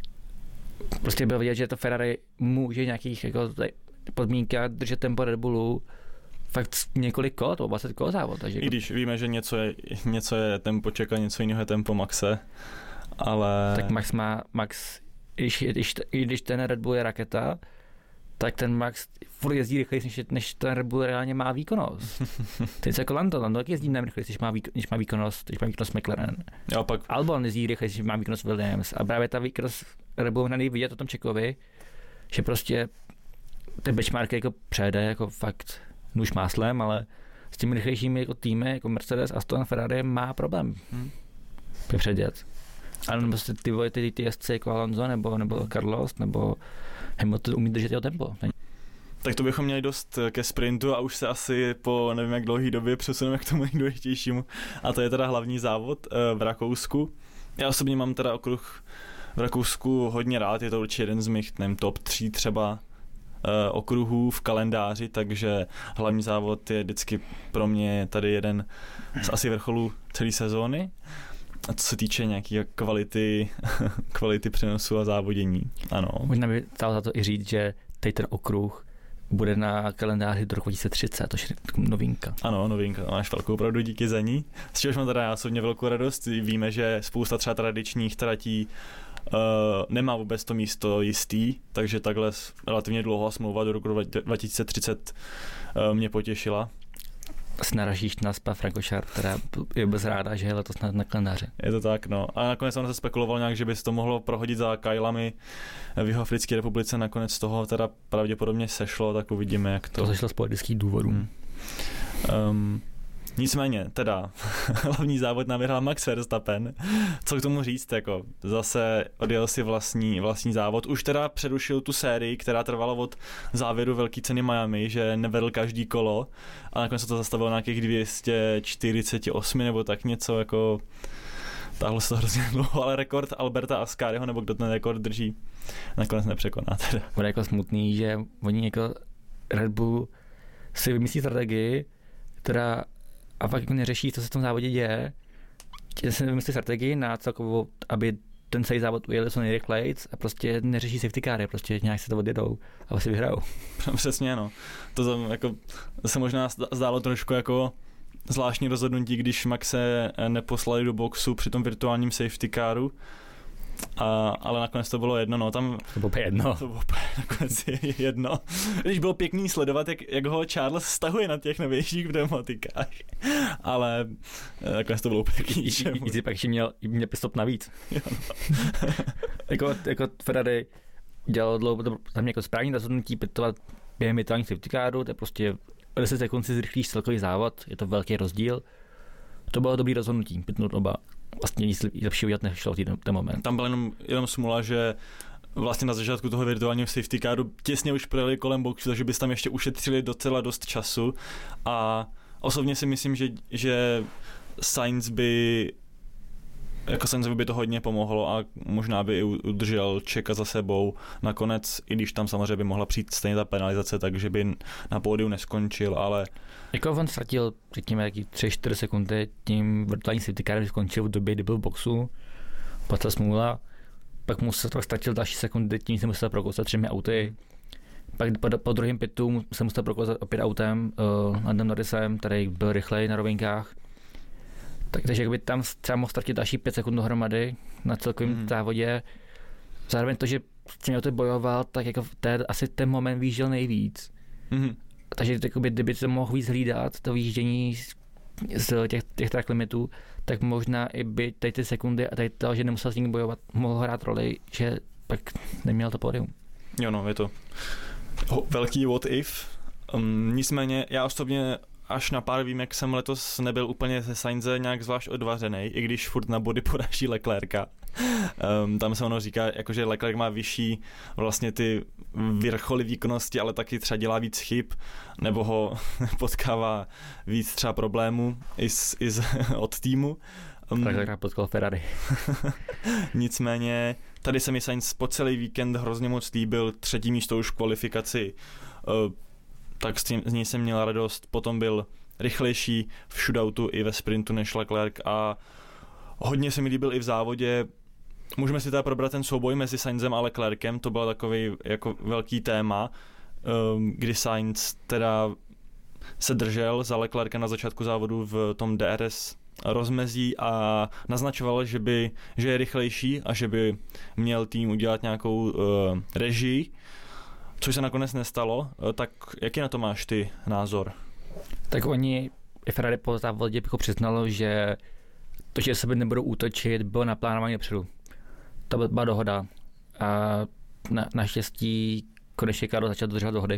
prostě bylo vidět, že to Ferrari může nějakých jako podmínkách držet tempo Red Bullu fakt několik kol, to dvacet kol závod. Takže I když víme, že něco je, něco je tempo Čeka, něco jiného je tempo Maxe, ale... Tak Max má, Max, i když, když, když ten Red Bull je raketa, tak ten Max furt jezdí rychleji, než, než ten Red Bull reálně má výkonnost. Teď se jako Lando, Lando taky jezdí mnohem rychleji, než má, výkon, než má výkonnost, než má výkonnost McLaren. Jo, pak... Albon jezdí rychleji, než má výkonnost Williams. A právě ta výkonnost Red Bull hned vidět o tom Čekovi, že prostě ten benchmark jako přejde jako fakt nůž máslem, ale s těmi rychlejšími jako týmy, jako Mercedes, Aston, Ferrari má problém hmm. předjet. Ale nebo ty, ty, ty jezdci jako Alonso, nebo, nebo Carlos, nebo Hamilton umí držet jeho tempo. Tak to bychom měli dost ke sprintu a už se asi po nevím jak dlouhý době přesuneme k tomu nejdůležitějšímu. A to je teda hlavní závod v Rakousku. Já osobně mám teda okruh v Rakousku hodně rád, je to určitě jeden z mých nevím, top tří třeba okruhů v kalendáři, takže hlavní závod je vždycky pro mě tady jeden z asi vrcholů celé sezóny. co se týče nějaké kvality, kvality přenosu a závodění. Ano. Možná by stálo za to i říct, že tady ten okruh bude na kalendáři do roku dva tisíce třicet, to je novinka. Ano, novinka, máš velkou pravdu, díky za ní. Z čehož mám teda já osobně velkou radost. Víme, že spousta třeba tradičních tratí uh, nemá vůbec to místo jistý, takže takhle relativně dlouhá smlouva do roku dva tisíce třicet uh, mě potěšila. Asi naražíš na Spa-Francorchamps, která je bez ráda, že je letos na, na kalendáři. Je to tak, no. A nakonec on se spekuloval nějak, že by se to mohlo prohodit za Kajlami v Jihoafrické republice. Nakonec toho teda pravděpodobně sešlo, tak uvidíme, jak to... To sešlo z politických důvodů. Hmm. Um, nicméně, teda, hlavní závod nám vyhrál Max Verstappen. Co k tomu říct, jako zase odjel si vlastní, vlastní závod. Už teda přerušil tu sérii, která trvala od závěru velké ceny Miami, že nevedl každý kolo a nakonec se to zastavilo na nějakých dvě stě čtyřicet osm nebo tak něco, jako táhlo se to hrozně dlouho, ale rekord Alberta Ascariho, nebo kdo ten rekord drží, nakonec nepřekoná teda. Bude jako smutný, že oni jako Red Bull si vymyslí strategii, která a pak jako neřeší, co se v tom závodě děje. Chtějí si vymyslet strategii na celkovou, aby ten celý závod ujeli co nejrychlejc a prostě neřeší safety cary, prostě nějak se to odjedou a vlastně vyhrajou. Přesně, no. To tam jako se možná zdálo trošku jako zvláštní rozhodnutí, když Maxe neposlali do boxu při tom virtuálním safety caru. A, ale nakonec to bylo jedno, no, tam... To bylo jedno. To bylo nakonec jedno. Když bylo pěkný sledovat, jak, jak ho Charles stahuje na těch novějších pneumatikách. Ale nakonec to bylo pěkný. Jsi pak ještě měl, měl pistop navíc. jako, jako Ferrari dělalo dlouho, tam jako správný rozhodnutí pitovat během virtuálních safety caru, to je prostě o deset sekund si zrychlíš celkový závod, je to velký rozdíl. To bylo dobrý rozhodnutí, pitnout oba. Vlastně nic lepšího udělat nešlo v ten moment. Tam byla jenom, jenom smula, že vlastně na začátku toho virtuálního safety caru těsně už projeli kolem boxu, takže bys tam ještě ušetřili docela dost času a osobně si myslím, že, že Sainz by jako Sainzovi by to hodně pomohlo a možná by i udržel Čeka za sebou nakonec, i když tam samozřejmě by mohla přijít stejně ta penalizace, takže by na pódiu neskončil, ale... Jako on ztratil, řekněme, tři čtyři sekundy tím virtuální safety car skončil v době, kdy byl v boxu, pak smůla, pak musel, pak ztratil další sekundy, tím se musel prokousat třemi auty, pak po, po druhém pitu se musel prokousat opět autem, uh, Landem Norrisem, který byl rychlej na rovinkách. Tak, takže jakby tam třeba mohl ztratit další pět sekund dohromady na celkovém mm. závodě. Zároveň to, že s tím autem bojoval, tak jako to je asi ten moment výjížděl nejvíc. Mm. Takže jakoby, kdyby se mohl víc hlídat to výjíždění z těch, těch track limitů, tak možná i by tady ty sekundy a tady to, že nemusel s ním bojovat, mohl hrát roli, že pak neměl to pódium. Jo no, je to velký what if. Um, nicméně já osobně až na pár výjimek jsem letos nebyl úplně ze Sainze nějak zvlášť odvařenej, i když furt na body poráží Leclerca. Um, tam se ono říká, jakože Leclerc má vyšší vlastně ty vrcholy výkonnosti, ale taky třeba dělá víc chyb, nebo ho potkává víc třeba problémů i, z, i z, od týmu. Um, tak potkal Ferrari. Nicméně tady se mi Sainz po celý víkend hrozně moc líbil, třetí místo už v kvalifikaci. Uh, tak s, tím, z něj jsem měl radost. Potom byl rychlejší v shootoutu i ve sprintu než Leclerc a hodně se mi líbil i v závodě. Můžeme si teda probrat ten souboj mezi Sainzem a Leclercem, to byl takový jako velký téma, kdy Sainz teda se držel za Leclercem na začátku závodu v tom D R S rozmezí a naznačoval, že, by, že je rychlejší a že by měl tým udělat nějakou uh, režii, což se nakonec nestalo. Tak jaký na to máš ty názor? Tak oni, i Ferrari po závodě jako přiznalo, že to, že sebe nebudou útočit, bylo naplánované dopředu. To byla dohoda. A na, naštěstí konečně Carlos začal dodržovat dohody.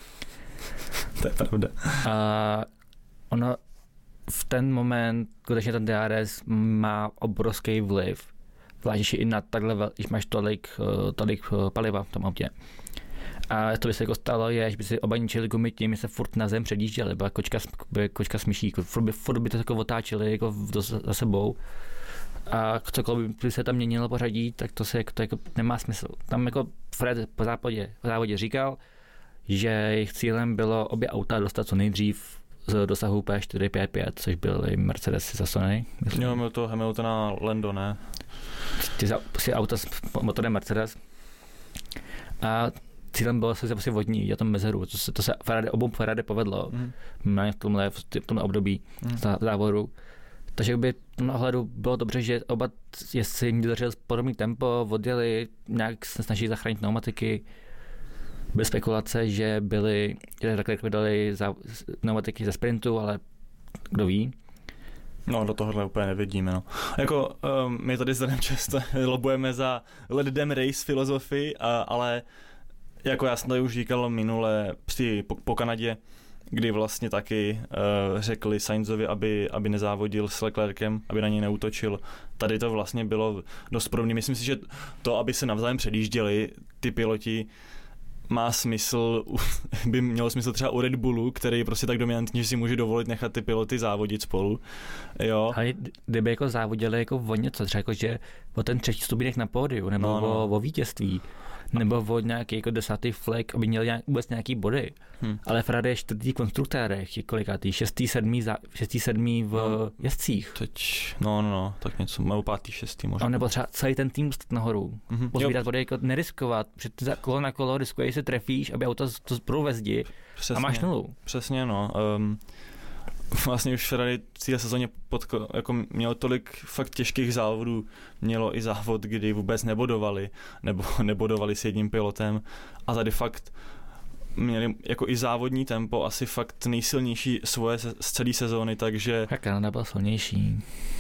To je pravda. A ono v ten moment, skutečně ten D R S má obrovský vliv. Zvlášť i na takhle, když máš tolik, tolik paliva v tom autě. A to by se jako stalo, je, že by si oba ničili gumy tím, že se furt na zem předjížděli, byla kočka, kočka s myší, furt by, furt by to jako otáčeli jako za sebou. A cokoliv by se tam měnilo pořadí, tak to se jako, to jako nemá smysl. Tam jako Fred po závodě, po závodě říkal, že jejich cílem bylo obě auta dostat co nejdřív z dosahu P čtyři pět pět, což byly Mercedesy za Sony. Jo, měl to Hamiltona Lando, ne? Ty si auta s motorem Mercedes. A cílem bylo se prostě vodní a tam mezeru. To se, to se Ferrari, obou Ferrari povedlo mm. v tomhle, v tomhle období mm. závodu. Takže by v tom ohledu bylo dobře, že oba jezdci drželi podobný tempo, odjeli, nějak se snaží zachránit pneumatiky. Bez spekulace, že byli, že takhle vydali pneumatiky ze sprintu, ale kdo ví. No, do tohohle úplně nevidíme, no. Jako, um, my tady zde často lobujeme za let them race filozofii, a, ale jako já jsem tady už říkal minule při, po, po Kanadě, kdy vlastně taky uh, řekli Sainzovi, aby, aby nezávodil s Leclerkem, aby na něj neútočil. Tady to vlastně bylo dost podobné. Myslím si, že to, aby se navzájem předjížděli ty piloti, má smysl, by mělo smysl třeba u Red Bullu, který je prostě tak dominantní, že si může dovolit nechat ty piloty závodit spolu. Jo. Ale kdyby jako závodili jako o něco, třeba jako, že o ten třetí stupínek na pódiu, nebo no, no. O, o vítězství, nebo o nějaký jako desátý flag, aby měl nějak, vůbec nějaký body. Hmm. Ale Ferrari je čtvrtý v konstruktérech, je kolikátý, šestý, sedmý, zá, šestý, sedmý v no, jezdcích. Teď, no, no, no, tak něco, nebo pátý, šestý možná. A nebo třeba celý ten tým nahoru, mm-hmm. pozbírat body, jako neriskovat, protože kolo na kolo riskuješ, se trefíš, aby auto to zprvu ve zdi a máš nulu. Přesně, no. Um, vlastně už Ferrari v té sezóně podko, jako mělo tolik fakt těžkých závodů, mělo i závod, kdy vůbec nebodovali, nebo nebodovali s jedním pilotem a tady fakt měli jako i závodní tempo, asi fakt nejsilnější svoje z celé sezóny, takže... Jak Kanada byla silnější.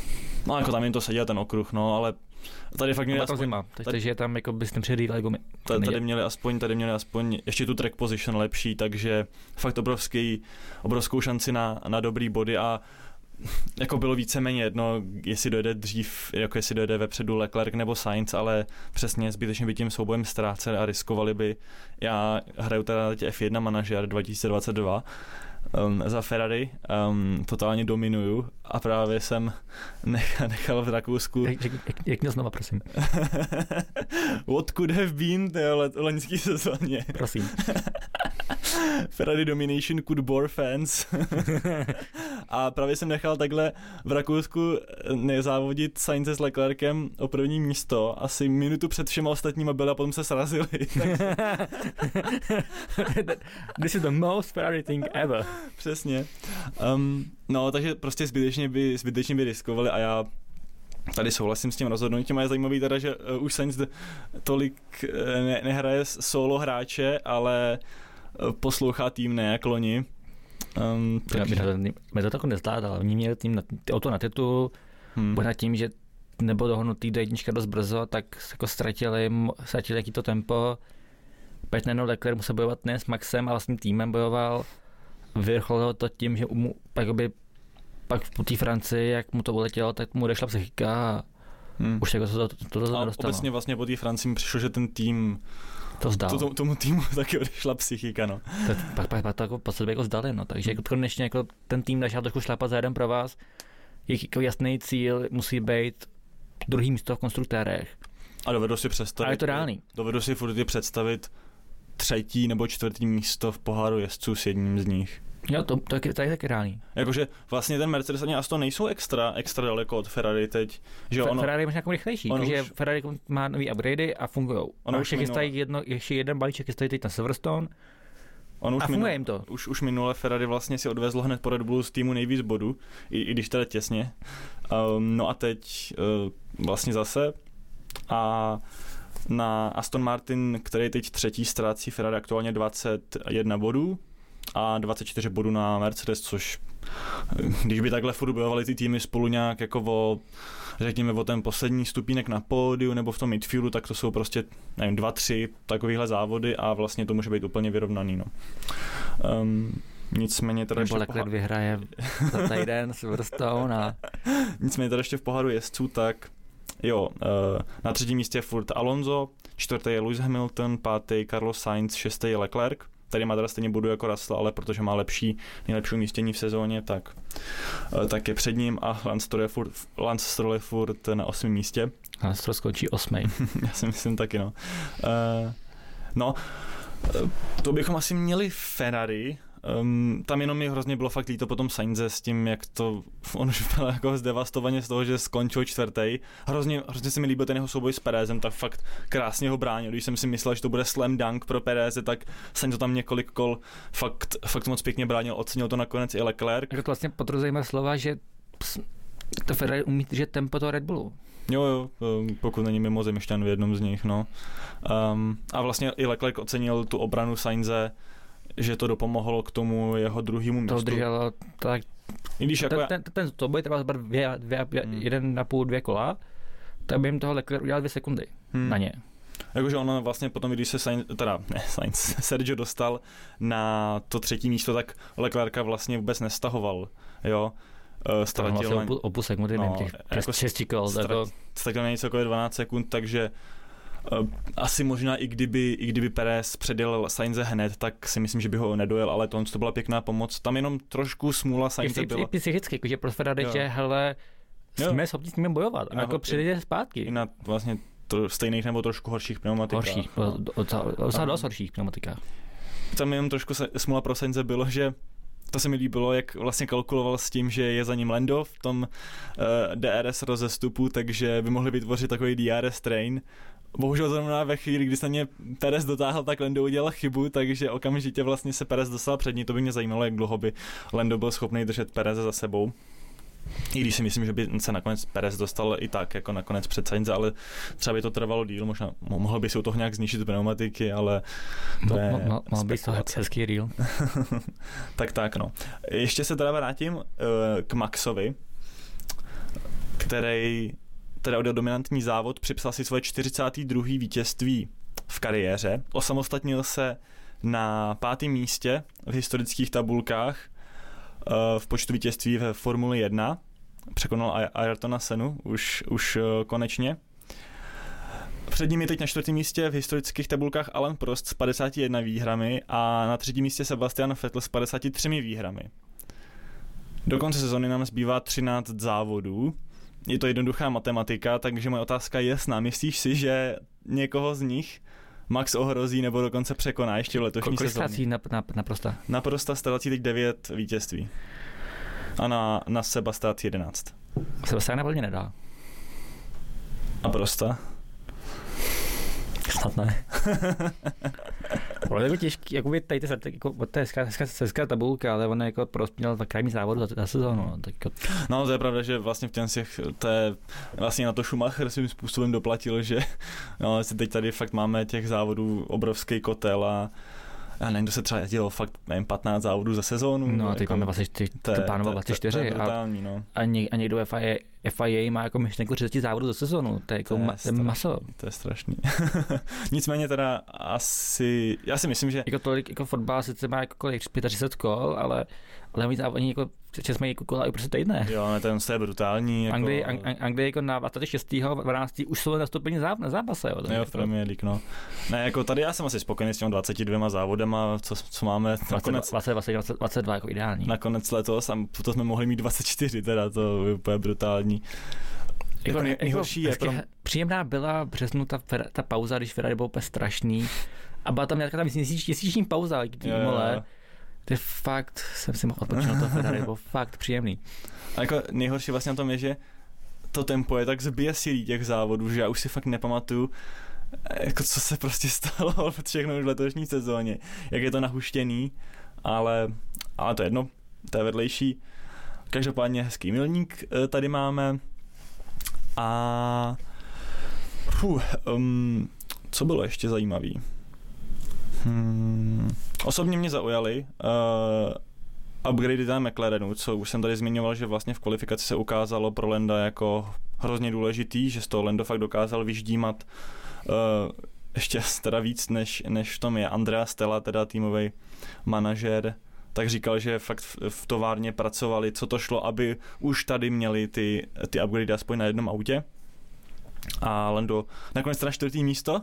No jako tam jim to seděl ten okruh, no, ale tady fakt měli aspoň... Zima, takže je tam jako bys nepředýval gumy. Tady, tady měli aspoň, tady měli aspoň ještě tu track position lepší, takže fakt obrovský, obrovskou šanci na, na dobrý body a jako bylo víceméně jedno, jestli dojde dřív, jako jestli dojde vepředu Leclerc nebo Sainz, ale přesně zbytečně by tím soubojem ztráceli a riskovali by. Já hraju teda teď F jedna manažer dva tisíce dvacet dva um, za Ferrari, um, totálně dominuju a právě jsem nechal, nechal v Rakousku. Jak, jak, jak měl znova, prosím. What could have been v loňský sezóně. Prosím. Ferrari domination could bore fans. A právě jsem nechal takhle v Rakousku nezávodit Sainz s Leclerkem o první místo. Asi minutu před všema ostatníma byli a potom se srazili. This is the most Ferrari thing ever. Přesně. Um, no, takže prostě zbytečně by, zbytečně by riskovali a já tady souhlasím s tím rozhodnutím a je zajímavý teda, že uh, už Sainz tolik uh, ne, nehraje solo hráče, ale uh, poslouchá tým, ne jak loni. Um, takže... Mě to tak nezdá, ale oni měli tým na, auto na titul, hmm. nad tím, že nebyl dohodnutý do jednička dost brzo, tak jako ztratili, ztratili jaký to tempo. Pak najednou Leclerc musel bojovat ne s Maxem, ale s tím týmem bojoval. Vyvrcholilo to tím, že mu, pak, by, pak po té Francii, jak mu to uletělo, tak mu odešla psychika a hmm. už jako to, to, to, to a nedostalo. Obecně vlastně po té Francii mi přišlo, že ten tým to zdal. To, to, tomu týmu taky odešla psychika, no. To, pak, pak, pak to jako po sobě jako zdali, no. Takže jako konečně jako ten tým začal trošku šlapat za jeden pro vás. Jejich jako jasný cíl musí být druhý místo v konstruktérech. A dovedu si představit. A je to reálný. Dovedu si furt představit třetí nebo čtvrtý místo v poháru jezdců s jedním z nich. Jo, to, to, to je taky reálný. Jakože vlastně ten Mercedes ani Aston nejsou extra, extra daleko od Ferrari teď. Že ono, Ferrari je možná jako rychlejší, protože už, Ferrari má nový upgradey a fungujou. Ono už chystají jedno, ještě jeden balíček chystají teď na Silverstone on už a funguje jim to. Už, už minule Ferrari vlastně si odvezlo hned po Red Bullu z týmu nejvíc bodů, i, i když teda těsně. Um, no a teď uh, vlastně zase a na Aston Martin, který teď třetí, ztrácí Ferrari aktuálně dvacet jedna bodů a dvacet čtyři bodů na Mercedes, což když by takhle furt bojovali ty týmy spolu nějak jako o, řekněme, o ten poslední stupínek na pódiu nebo v tom midfieldu, tak to jsou prostě, nevím, dva, tři takovýhle závody a vlastně to může být úplně vyrovnaný, no. Um, nicméně teda nebo Leclerc pohá... vyhraje za týden Silverstone a... Nicméně teda ještě v poháru jezdců, tak jo, na třetím místě je furt Alonso, čtvrtý je Lewis Hamilton, pátý Carlos Sainz, šestý je Leclerc. Tady má teda stejně bodu jako Russell, ale protože má lepší, nejlepší umístění v sezóně, tak, tak je před ním a Lance Stroll je furt, Lance Stroll je furt na osmém místě. Lance Stroll skončí osmý. Já si myslím taky, no. Uh, no, to bychom asi měli Ferrari Um, tam jenom mi hrozně bylo fakt líto potom Sainze s tím, jak to, on už byl jako zdevastovaně z toho, že skončil čtvrtý. Hrozně, hrozně se mi líbil ten jeho souboj s Perezem, tak fakt krásně ho bránil. Když jsem si myslel, že to bude slam dunk pro Pereze, tak Sainz to tam několik kol fakt, fakt moc pěkně bránil, ocenil to nakonec i Leclerc. Jako to vlastně potvrzujeme slova, že to Ferrari umí držet tempo toho Red Bullu. Jo, jo, pokud není mimozemšťan v jednom z nich, no. Um, a vlastně i Leclerc ocenil tu obranu Sainze, že to dopomohlo k tomu jeho druhému místu. To drželo tak. I když jako ten, ten, ten souboj trval zhruba dvě, dvě, dvě, hmm. jeden a půl, dvě kola, tak by jim toho Leclerc udělal dvě sekundy hmm. na ně. Jakože ono vlastně potom, když se Sainz, teda ne, Sainz, Sergio dostal na to třetí místo, tak Leclerca vlastně vůbec nestahoval, jo. Ztratil vlastně o půl sekundy, no, těch jako šesti kol. Ztratil na něco okolo dvanáct sekund, takže uh, asi možná i kdyby, i kdyby Perez předjel Sainze hned, tak si myslím, že by ho nedojel, ale to, to byla pěkná pomoc. Tam jenom trošku smůla Sainze byla. I psychicky, jakože pro Ferrari, že hele, jsme schopni s nimi bojovat, a jako přijde zpátky. I na vlastně to, stejných nebo trošku horších pneumatikách. Horších, no. Docela dost horších pneumatikách. Tam jenom trošku smůla pro Sainze bylo, že to se mi líbilo, jak vlastně kalkuloval s tím, že je za ním Lando v tom uh, D R S rozestupu, takže by mohli vytvořit takový D R S train. Bohužel zrovna ve chvíli, kdy se mě Perez dotáhl, tak Lando udělal chybu, takže okamžitě vlastně se Perez dostal před ní. To by mě zajímalo, jak dlouho by Lando byl schopný držet Pereze za sebou. I když si myslím, že by se nakonec Perez dostal i tak, jako nakonec před Sainze, ale třeba by to trvalo díl, možná mohlo by se u toho nějak zničit pneumatiky, ale to je Mohl mo, být to hezký díl. tak tak, no. Ještě se teda vrátím uh, k Maxovi, který teda odjel dominantní závod, připsal si svoje čtyřicáté druhé vítězství v kariéře, osamostatnil se na pátém místě v historických tabulkách v počtu vítězství ve Formuli jedna. Překonal Ayrtona Senu už, už konečně. Před ním je teď na čtvrtém místě v historických tabulkách Alain Prost s padesáti jednou výhrami a na třetím místě Sebastian Vettel s padesáti třemi výhrami. Do konce sezony nám zbývá třináct závodů. Je to jednoduchá matematika, takže moje otázka je jasná. Myslíš si, že někoho z nich Max ohrozí nebo dokonce překoná ještě v letošní Kolik sezóně? Kolik na, na, na Prosta? Na Prosta ztrácí teď devět vítězství. A na, na Seba ztrácí jedenáct. Sebastiana podle mě nedá. A Prosta? Snad ne. Bylo jako těžký, jako by tady ty jako, to je hezká tabulka, ale on jako Prost měl krajní závod za, za sezónu. Tak jako... No to je pravda, že vlastně v těch, to je vlastně na to Schumacher svým způsobem doplatil, že no, teď tady fakt máme těch závodů obrovský kotel a já nevím, to se třeba jezdilo fakt nevím, patnáct závodů za sezónu. No a teď jako, máme dvacet čtyři, to plánoval dvacet čtyři. To je brutální, no. A, něk, a někdo F I A, F I A má jako myšlenku třicet závodů za sezónu, to je jako to je ma, strašný, maso. To je strašný. Nicméně teda asi, já si myslím, že... Jako tolik, jako fotbal sice má jako kolik, třicet pět kol, ale, ale oni závodní jako čas mají jako kola i prostě týdne. Jo, ne, to je brutální. Jako... Anglii, Ang, Anglii jako na dvacátého šestého dvanáctého už jsou nastoupení záp, na zápase. Jo, jo v Premier League, no. Ne, jako tady já jsem asi spokojený s těmi dvaceti dvěma závodama, co, co máme nakonec. dvacet, dvacet, dvacet, dvacet dva jako ideální. Nakonec letos a to jsme mohli mít dvacet čtyři, teda to je úplně brutální. Jako nej, nejhorší je pro... Příjemná byla v březnu ta, ta pauza, když Ferrari byl úplně strašný a byla tam nějaká tam měsíční pauza, kdy mole. To je fakt, jsem si mohl odpočinout to Ferrari, bylo fakt příjemný. A jako nejhorší vlastně na tom je, že to tempo je tak zběsilý těch závodů, že já už si fakt nepamatuju, jako co se prostě stalo všechno v letošní sezóně, jak je to nahuštěný, ale, ale to je jedno, to je vedlejší. Každopádně hezký milník tady máme a fuh, um, co bylo ještě zajímavý? Hmm, osobně mě zaujaly uh, upgradey na McLarenu, co už jsem tady zmiňoval, že vlastně v kvalifikaci se ukázalo pro Landa jako hrozně důležitý, že z toho Lando fakt dokázal vyždímat uh, ještě teda víc, než, než v tom je Andrea Stella, teda týmový manažer, tak říkal, že fakt v, v továrně pracovali, co to šlo, aby už tady měli ty, ty upgradey aspoň na jednom autě. A Lando nakonec teda čtvrtý místo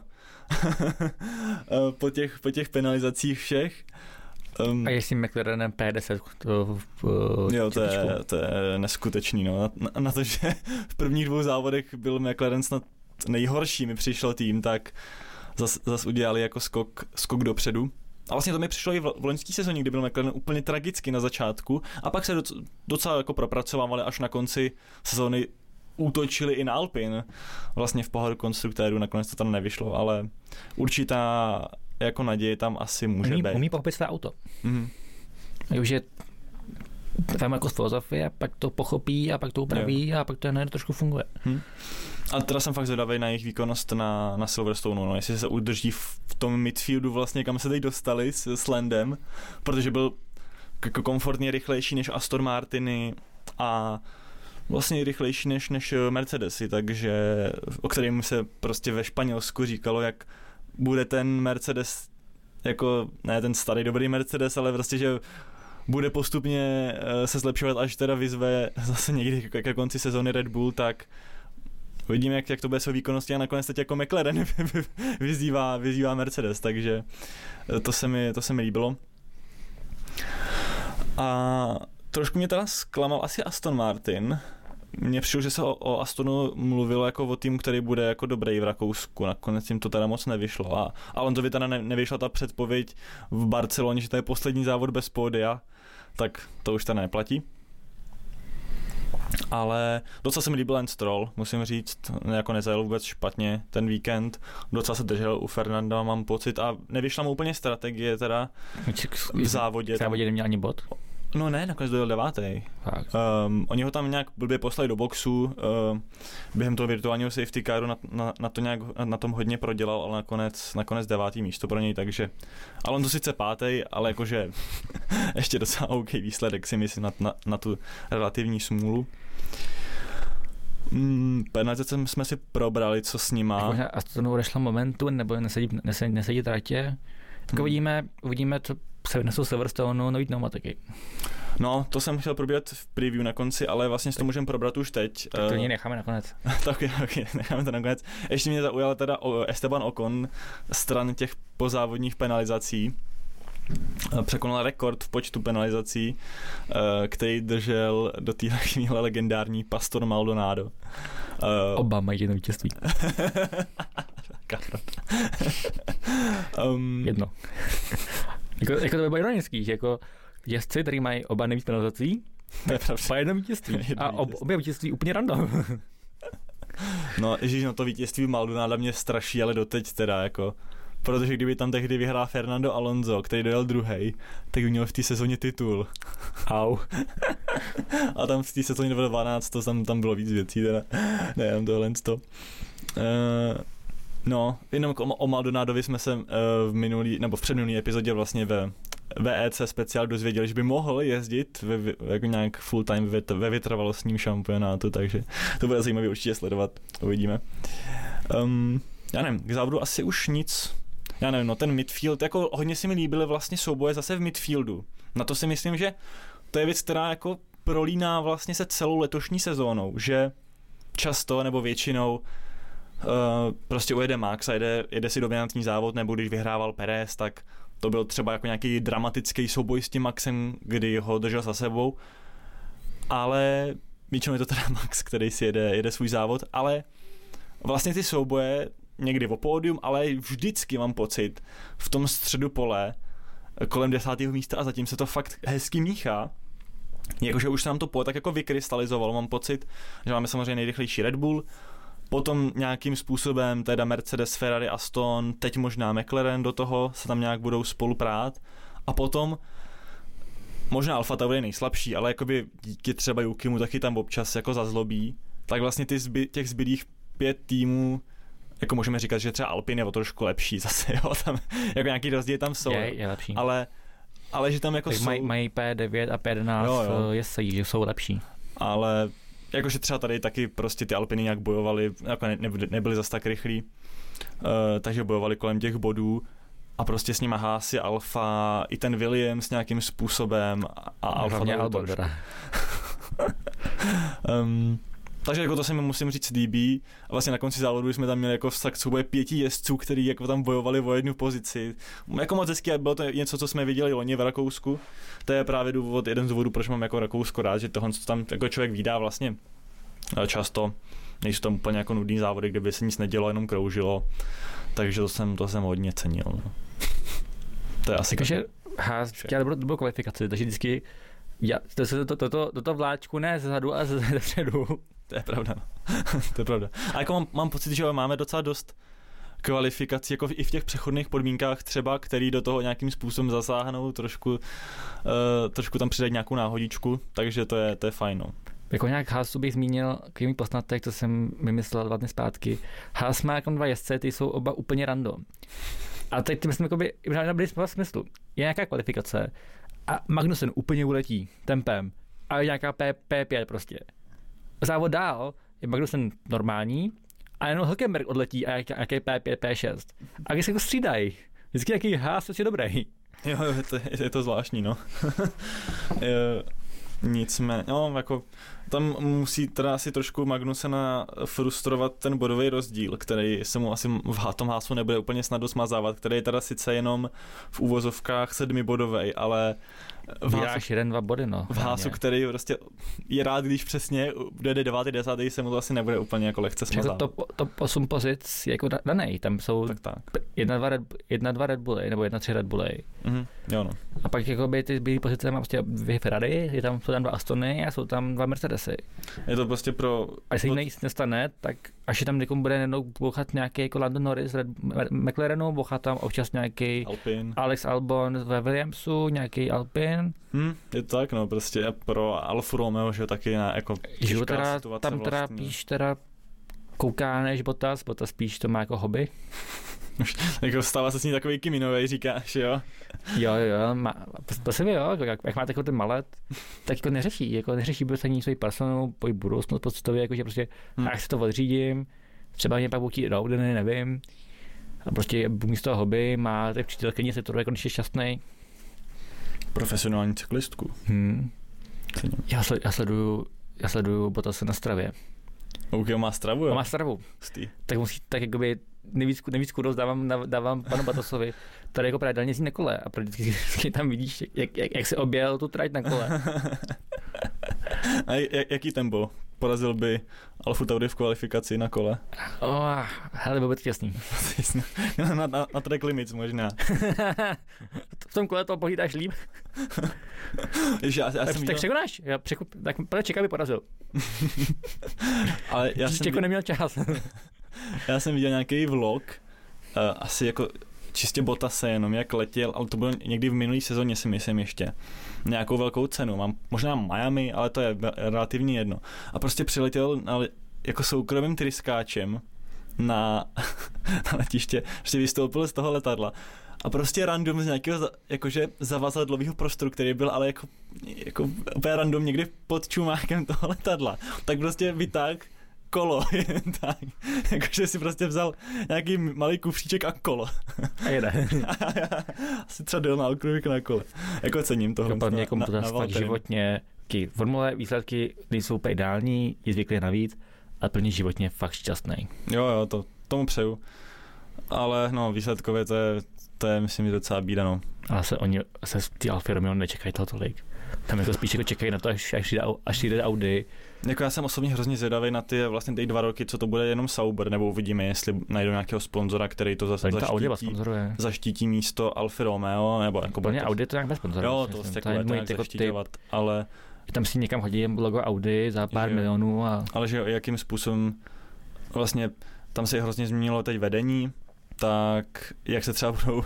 po, těch, po těch penalizacích všech. Um, a jestli McLarenem P deset to, uh, jo, to je, to je neskutečný. No. Na, na to, že v prvních dvou závodech byl McLaren snad nejhorší, mi přišel tým, tak zas, zas udělali jako skok, skok dopředu. A vlastně to mi přišlo i v, v loňské sezóně, kdy byl McLaren úplně tragicky na začátku a pak se docela jako propracovávali až na konci sezóny, útočili i na Alpine. Vlastně v poháru konstruktérů nakonec to tam nevyšlo, ale určitá jako naděje tam asi může umí, být. Umí pochopit své auto. Mm. Takže tam jako z filozofie, pak to pochopí a pak to upraví jo. a pak to jen trošku funguje. Hmm. A teda jsem fakt zvědavý na jejich výkonnost na, na Silverstone, no, jestli se udrží v tom midfieldu vlastně, kam se teď dostali s, s Landem, protože byl jako komfortně rychlejší než Aston Martiny a vlastně rychlejší než, než Mercedesy, takže o kterém se prostě ve Španělsku říkalo, jak bude ten Mercedes, jako ne ten starý dobrý Mercedes, ale prostě, že bude postupně se zlepšovat, až teda vyzve zase někdy ke konci sezóny Red Bull, tak uvidíme, jak, jak to bude s výkonnosti a nakonec teď jako McLaren vyzývá, vyzývá Mercedes, takže to se mi, to se mi líbilo. A trošku mě teda zklamal asi Aston Martin. Mně přišlo, že se o, o Astonu mluvilo jako o tým, který bude jako dobrý v Rakousku. Nakonec jim to teda moc nevyšlo. A Alonsovi teda ne, nevyšla ta předpověď v Barceloně, že to je poslední závod bez pódia, tak to už teda neplatí. Ale docela se mi líbil Lance Stroll, musím říct, jako nezajel vůbec špatně ten víkend. Docela se držel u Fernanda, mám pocit, a nevyšla mu úplně strategie teda v závodě. V závodě neměl ani bod? No ne, nakonec dojel devátý. Um, oni ho tam nějak blbě poslali do boxu, uh, během toho virtuálního safety caru na, na, na, to nějak, na tom hodně prodělal, ale nakonec, nakonec devátý místo pro něj, takže, ale on to sice pátý, ale jakože ještě docela OK výsledek, si myslím, na, na, na tu relativní smůlu. Mm, penalizace jsme si probrali, co s nima. Možná Astonu odešla momentu, nebo nesedí, nesedí, nesedí tratě. Tak hmm. uvidíme, uvidíme, co se vynesou Silverstone, nový pneumatiky. No, to jsem chtěl probírat v preview na konci, ale vlastně si to můžeme probrat už teď. Tak to uh, necháme nakonec. tak okay, necháme to nakonec. Ještě mě zaujal teda Esteban Ocon stran těch pozávodních penalizací. Překonal rekord v počtu penalizací, který držel do téhle chvíle legendární Pastor Maldonado. Oba mají jedno vítězství. um, jedno. jako, jako to by bylo ironický, že jako jezdci, který mají oba nejvíc penalizací, po jedno vítězství. Jedno a ob, obě vítězství úplně random. no, ježíš, no to vítězství Maldonada mě straší, ale doteď teda jako. Protože kdyby tam tehdy vyhrál Fernando Alonso, který dojel druhej, tak by měl v té sezóně titul. Au. A tam v té sezóně dva tisíce dvanáct to tam, tam bylo víc věcí, teda nejenom tohle to. Uh, no, jenom o, o Maldonadovi jsme se uh, v minulý, nebo v předminulý epizodě vlastně ve V E C speciál dozvěděli, že by mohl jezdit ve, jako nějak full time ve, ve vytrvalostním šampionátu, takže to bude zajímavé určitě sledovat, uvidíme. Um, já nevím, k závodu asi už nic. Já nevím, no ten midfield, jako hodně si mi líbily vlastně souboje zase v midfieldu. Na to si myslím, že to je věc, která jako prolíná vlastně se celou letošní sezónou, že často nebo většinou uh, prostě ujede Max a jede, jede si dominantní závod, nebo když vyhrával Perez, tak to byl třeba jako nějaký dramatický souboj s tím Maxem, kdy ho držel za sebou, ale většinou je to teda Max, který si jede, jede svůj závod, ale vlastně ty souboje někdy o pódium, ale vždycky mám pocit v tom středu pole kolem desátého místa a zatím se to fakt hezky míchá. Jakože už se nám to pole tak jako vykrystalizovalo, mám pocit, že máme samozřejmě nejrychlejší Red Bull, potom nějakým způsobem teda Mercedes, Ferrari, Aston, teď možná McLaren do toho se tam nějak budou spolu prát a potom možná Alfa Tauri je nejslabší, ale jakoby díky třeba Yukimu taky tam občas jako zazlobí, tak vlastně ty zby, těch zbylých pět týmů jako můžeme říkat, že třeba Alpine je o trošku lepší zase, jo, tam jako nějaký rozdíl tam jsou, je, je lepší. Ale, ale že tam jako tak jsou... Mají maj P devět a P jedenáct, jo, jo. Jezdí, že jsou lepší. Ale jakože třeba tady taky prostě ty Alpiny nějak bojovali, jako ne, nebyli zas tak rychlí, uh, takže bojovali kolem těch bodů a prostě s nima Haas, Alfa, i ten Williams nějakým způsobem a Alfa Albon teda. um, Takže jako to se mi musím říct líbí. A vlastně na konci závodu jsme tam měli jako fakt souboje pěti jezdců, kteří jako tam bojovali o jednu pozici. Jako moc hezky, a bylo to něco, co jsme viděli loni v Rakousku. To je právě důvod, jeden z důvodů, proč mám jako Rakousko rád, že tohle co tam jako člověk vídá vlastně často. Nejsou tam úplně jako nudný závody, kde by se nic nedělo, jenom kroužilo. Takže to jsem, to jsem hodně cenil. No. To je asi takže Haas chtěl dobrou, dobrou kvalifikaci, takže vždycky já, to se to, to, to, to, to vláčku ne zezadu, ale zezadu. To je pravda. To je pravda. A jako mám, mám pocit, že máme docela dost kvalifikací, jako i v těch přechodných podmínkách třeba, který do toho nějakým způsobem zasáhnou, trošku, uh, trošku tam přidají nějakou náhodičku, takže to je, to je fajn. No. Jako nějak Haasu bych zmínil takový poznatek, co jsem vymyslel dva dny zpátky. Haas má jako dva jezdce, ty jsou oba úplně random. A teď myslím, jakoby, nabyli smyslu. Je nějaká kvalifikace a Magnussen úplně uletí tempem a je nějaká P, P5 prostě. Závod dál je Magnussen normální a jenom Hülkenberg odletí a nějaký P pět, P šest. A když se jako střídají, vždycky nějaký Haas je dobrý. Jo, je to, je to zvláštní, no. Nicméně, no, jako tam musí teda asi trošku Magnusena frustrovat ten bodový rozdíl, který se mu asi v tom Haasu nebude úplně snadno smazávat, který je teda sice jenom v úvozovkách sedmibodovej, ale v Haasu, jeden, dva body, no. V Haasu, který prostě je rád, když přesně dojde devátý, desátý, se mu to asi nebude úplně jako lehce smazávat. Top, top osm pozic je jako danej, tam jsou tak, tak. Jedna, dva Red, jedna, dva Red Bully, nebo jedna, tři Red Bully. Mm-hmm, jo no. A pak jakoby ty zbylý pozice má prostě dvě Ferrari, je tam, jsou tam dva Astony a jsou tam dva Mercedesy. Je to prostě pro... A když se jim nestane, tak až je tam někomu bude jednou bouchat nějaký jako Lando Norris, Red, McLarenu, bouchá tam občas nějaký Alpine. Alex Albon ve Williamsu, nějaký Alpine. Hmm, je to tak, no, prostě pro Alfa Romeo, že taky na, jako těžká teda, situace tam teda vlastně. Píš teda kouká než Bottas, Bottas spíš to má jako hobby. Jako stává se s ní takový Kiminovej, říkáš, jo? Jo, jo, má, to se ví, jo, jak, jak máte jako ten malet, tak jako neřeší, jako neřeší prostě ani svoji personu, svoji budoucnost podstatově, jako že prostě, hmm. jak se to odřídím, třeba mě pak budu chtít do Audiny, nevím, a prostě místo hobby má ty přítelkyni, se to jako když je šťastnej. Profesionální cyklistku. Hmm. Já, sled, já sleduju, já sleduju Bottase na Stravě. OK, má Stravu, jo? Má Stravu. Stý. Tak musí, tak jakoby nejvíc, nejvíc kudos dávám, dávám panu Bottasovi, tady jako pravidelně jezdí na kole a vždycky tam vidíš, jak, jak, jak se objel tu trať na kole. A jaký tempo? Porazil by Alfa Tauri v kvalifikaci na kole? Oh, hele, byl by to těsný. na, na, na, na track limits možná. V tom kole to pohlídáš líp. Ježi, já, já tak jsem tak překonáš, já překup, tak pane čeká by porazil. Ale já jsem jsem viděl, neměl čas. Já jsem viděl nějaký vlog, uh, asi jako čistě Bottase jenom, jak letěl, ale to bylo někdy v minulý sezóně, si myslím ještě, nějakou velkou cenu, mám možná Miami, ale to je relativně jedno. A prostě přiletěl na, jako soukromým tryskáčem na, na letiště, prostě vystoupil z toho letadla a prostě random z nějakého jakože zavazadlového prostoru, který byl ale jako, jako úplně random někdy pod čumákem toho letadla, tak prostě vytáhl kolo, jen tak. Jakože si prostě vzal nějaký malý kufříček a kolo. A jede. Asi třeba dojel na okruh na kole. Jako cením toho. Pro mě fakt životně, formule výsledky nejsou úplně ideální, je zvyklý navíc, ale pro mě životně fakt šťastný. Jo, jo, to tomu přeju. Ale no, výsledkově to je, to je myslím, docela bída, no. Ale se oni, se ty Alfa Romeo nečekají toho tolik. Tam jako spíš jako čekají na to, až, až, jde, až jde Audi. Jako já jsem osobně hrozně zvědavý na ty vlastně ty dva roky, co to bude jenom Sauber, nebo uvidíme, jestli najdou nějakého sponzora, který to zase zaštítí, zaštítí místo Alfa Romeo, nebo jako bude to... Audi to nějak bez sponzora. Jo, to vlastně jako nějak zaštítěvat, ale... Tam si někam hodí logo Audi za pár že, milionů a... Ale že jakým způsobem vlastně tam se hrozně změnilo teď vedení, tak jak se třeba budou uh,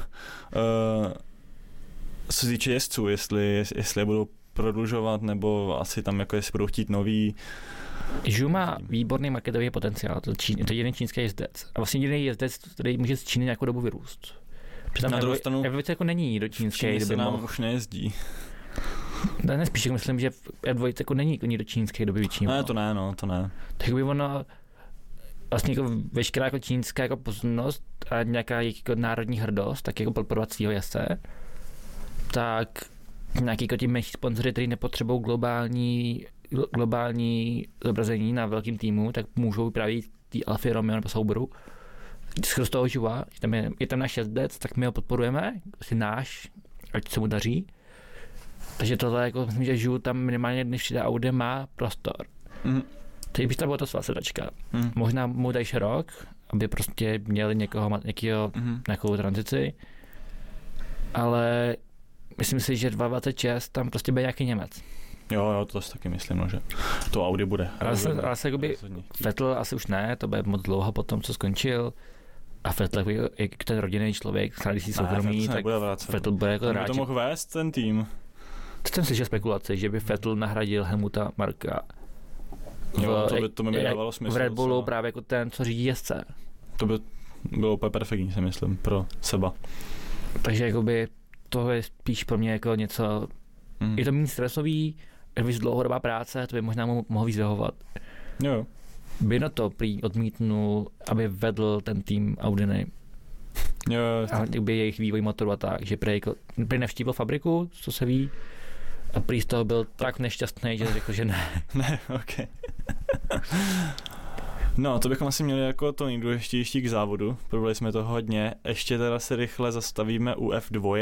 co se týče jezdců, jestli, jestli je budou prodlužovat, nebo asi tam jako jestli budou chtít nový. Žu má výborný marketový potenciál, to, čín, to je jeden čínský jezdec. A vlastně jediný jezdec, který může z Číny nějakou dobu vyrůst. Přitom na druhou stranu F dva jako není do čínské, doby nám už nejezdí. Ne, ne, spíš myslím, že F dva jako není do čínské doby většinou. Ne, to ne, no, to ne. Tak by ono vlastně jako veškerá jako čínská jako pozornost a nějaká jako národní hrdost, tak jako podporovat svýho jezdce, tak nějaký jako ti menší sponzory, kteří nepotřebují globální, globální zobrazení na velkým týmu, tak můžou vyprávět tý Alfa Romeo nebo Sauberu. Skrz toho Žuva, tam je, je tam náš jezdec, tak my ho podporujeme, asi náš, ať se mu daří. Takže tohle jako myslím, že Žu tam minimálně, když přijde Audi, má prostor. Mm. Teď bych tam byla to svá sedačka. Mm. Možná mu dajš rok, aby prostě měli někoho, někoho, mm. nějakou tranzici. ale myslím si, že dvacet šest tam prostě bude nějaký Němec. Jo, jo, to si taky myslím, no, že to Audi bude. Ale se, ale se jakoby, Vettel asi už ne, to bude moc dlouho po tom, co skončil. A Vettel je ten rodinný člověk, s tradicí soukromí, tak Vettel bude jako rád. To mohl vést ten tým. To jsem slyšel spekulace, že by Vettel nahradil Helmuta Marka. V, jo, to by, to by mi dávalo smysl. V Red Bullu právě jako ten, co řídí jezdce. To by bylo úplně perfektní, si myslím, pro seba. Takže jakoby to je spíš pro mě jako něco, mm. je to méně stresový, víc dlouhodobá práce, to by možná mohl víc vyhovovat. Jo. By na to prý odmítnul, aby vedl ten tým Audiny. Jo. A by jejich vývoj motoru a tak, že prý, jako, prý nevštívil fabriku, co se ví, a prý z toho byl tak nešťastný, že řekl, že ne. Ne, ok. No, to bychom asi měli jako to nejdůležitější k závodu. Probrali jsme to hodně. Ještě teda se rychle zastavíme u F dva.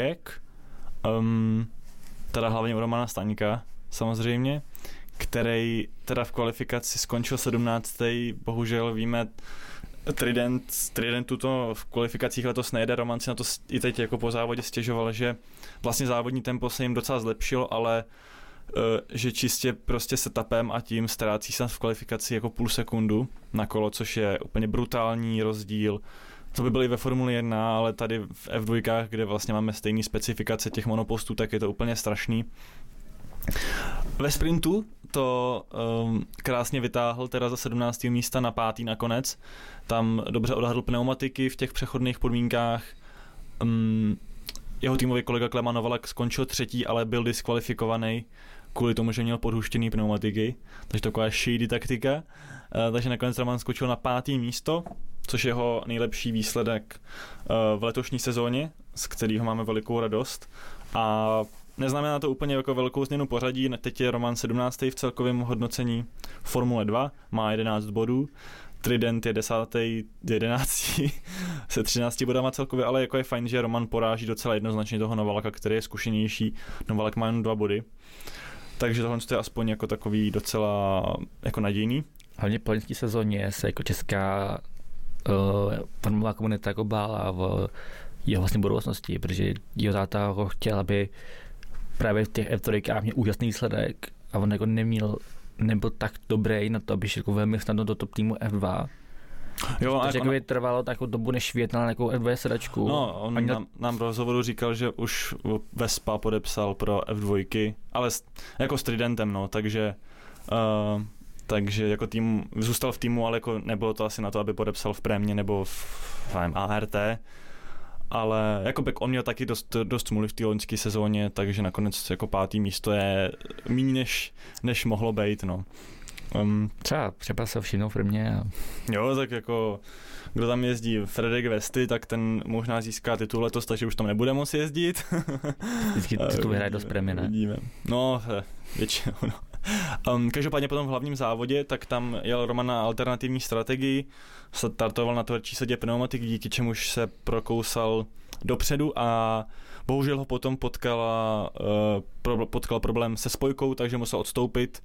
Um, teda hlavně u Romana Staňka, samozřejmě, který teda v kvalifikaci skončil sedmnáctý Bohužel víme, Trident, Tridentu to v kvalifikacích letos nejde. Roman si na to i teď jako po závodě stěžoval, že vlastně závodní tempo se jim docela zlepšilo, ale že čistě prostě setupem a tím ztrácí se v kvalifikaci jako půl sekundu na kolo, což je úplně brutální rozdíl. To by byly ve Formuli jedna, ale tady v F dva, kde vlastně máme stejné specifikace těch monopostů, tak je to úplně strašný. Ve sprintu to um, krásně vytáhl teda za sedmnáctého místa na pátý nakonec. Tam dobře odhadl pneumatiky v těch přechodných podmínkách. Um, jeho týmový kolega Kleman Novalek skončil třetí, ale byl diskvalifikovaný kvůli tomu, že měl podhuštěný pneumatiky, takže taková shady taktika. Uh, takže nakonec Roman skočil na pátý místo, což je jeho nejlepší výsledek uh, v letošní sezóně, z kterého máme velikou radost. A neznamená to úplně jako velkou změnu pořadí, teď je Roman sedmnáctý v celkovém hodnocení Formule dva, má jedenáct bodů, Trident je desátý jedenáctý se třinácti bodama celkově, ale jako je fajn, že Roman poráží docela jednoznačně toho Novalaka, který je zkušenější. Novalak má jen dva body. Takže tohle je aspoň jako takový docela jako nadějný. Hlavně po loňské sezóně se jako česká uh, formulová komunita jako bála v jeho vlastně budoucnosti, protože jeho táta ho chtěl, aby právě v těch F tři měl úžasný výsledek a on jako neměl nebyl tak dobrý na to, aby šel jako velmi snadno do top týmu F dva. Jo, takže jako by na... trvalo takovou dobu, než vyjednal nějakou F dva sedačku. No, on Ani... nám, nám v rozhovoru říkal, že už Vespa podepsal pro F dva, ale s, jako s Tridentem, no, takže uh, takže jako tým, zůstal v týmu, ale jako nebylo to asi na to, aby podepsal v Prémě nebo v nevím, A R T. Ale jako on měl taky dost, dost smůly v té loňské sezóně, takže nakonec jako pátý místo je méně než, než mohlo být, no. Um, třeba, třeba se všimnou firmě. A... Jo, tak jako kdo tam jezdí Fredrik Vesty, tak ten možná získá titul letos, takže už tam nebude moc jezdit. Vždycky titul vyhraje dost prémě, ne? Vidíme. No, většinou, no. Um, každopádně potom v hlavním závodě, tak tam jel Roman na alternativní strategii, startoval na tvrdší sedě pneumatik, díky čemuž se prokousal dopředu a bohužel ho potom potkala, uh, pro, potkal problém se spojkou, takže musel odstoupit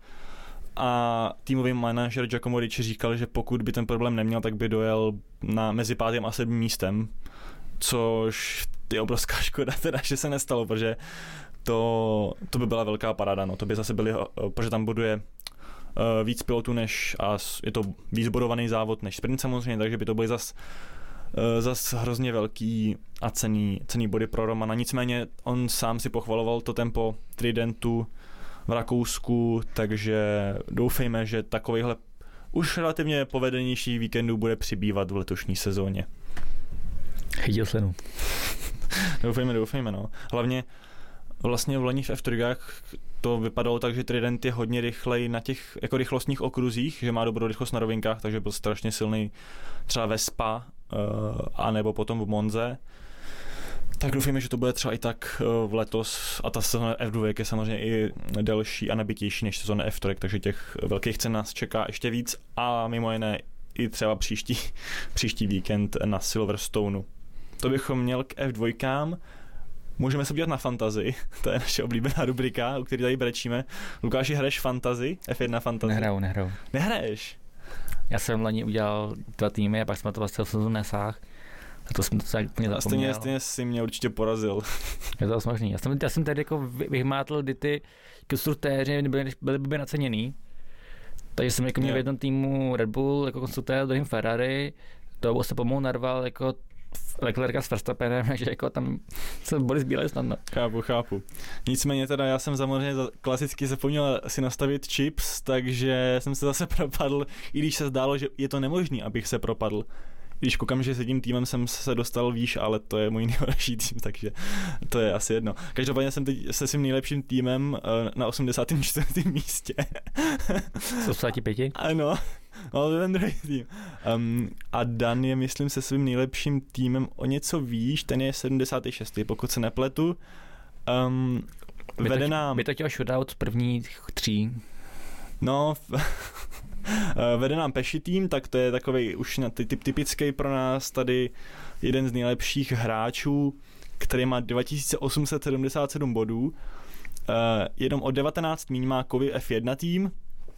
a týmový manažer Giacomo Ricci říkal, že pokud by ten problém neměl, tak by dojel na mezi pátým a sedmým místem, což je obrovská škoda teda, že se nestalo, protože To, to by byla velká paráda, no. To by zase byly, protože tam boduje uh, víc pilotů než, a je to víc bodovaný závod než sprint samozřejmě, takže by to byly zas, uh, zas hrozně velký a cený, cený body pro Romana. Nicméně on sám si pochvaloval to tempo Tridentu v Rakousku, takže doufejme, že takovýhle už relativně povedenější víkendů bude přibývat v letošní sezóně. Chytil se, no. doufejme, doufejme, no. Hlavně vlastně v loni v F tři to vypadalo tak, že Trident je hodně rychlej na těch jako rychlostních okruzích, že má dobrou rychlost na rovinkách, takže byl strašně silný třeba ve Spa uh, a nebo potom v Monze. Tak doufíme, že to bude třeba i tak uh, v letos a ta sezóna F dva je samozřejmě i delší a nabitější než sezóna F tři, takže těch velkých cen nás čeká ještě víc a mimo jiné i třeba příští, příští víkend na Silverstoneu. To bychom měl k F dva. Můžeme se podívat na fantasy, to je naše oblíbená rubrika, u které tady brečíme. Lukáši, hraješ fantasy? F jedna fantasy? Nehraju, nehraju. Nehraješ? Já jsem loni udělal dva týmy a pak jsme to vlastně v sezónu nesáhl. A to jsem to tak úplně zapomněl. Stejně, stejně si mě určitě porazil. Je to možný. Já jsem, já jsem tady jako vyhmátl, kdy ty konstruktéři byli, byli by naceněný. Takže jsem jako měl v jednom týmu Red Bull jako konstruktér, druhým Ferrari. To se pomalu narval jako Leclerca s Verstappenem, takže jako tam se boli zbílej snadno. Chápu, chápu. Nicméně teda já jsem samozřejmě klasicky zapomněl si nastavit chips, takže jsem se zase propadl, i když se zdálo, že je to nemožný, abych se propadl. Když koukám, že s jedním týmem jsem se dostal výš, ale to je můj nejhorší tým, takže to je asi jedno. Každopádně jsem teď se svým nejlepším týmem na osmdesátém čtvrtém místě. Co osmdesát pět? Ano, no to je ten druhý tým. Um, a Dan je, myslím, se svým nejlepším týmem o něco výš, ten je sedmdesát šest, pokud se nepletu. Um, vede nám... By to chtěl shootout z prvních tří. No... Vede nám peši tým, tak to je takovej už typ, typický pro nás tady jeden z nejlepších hráčů, který má dva tisíce osm set sedmdesát sedm bodů. Uh, jenom o devatenáct míň má Kovy F jedna tým,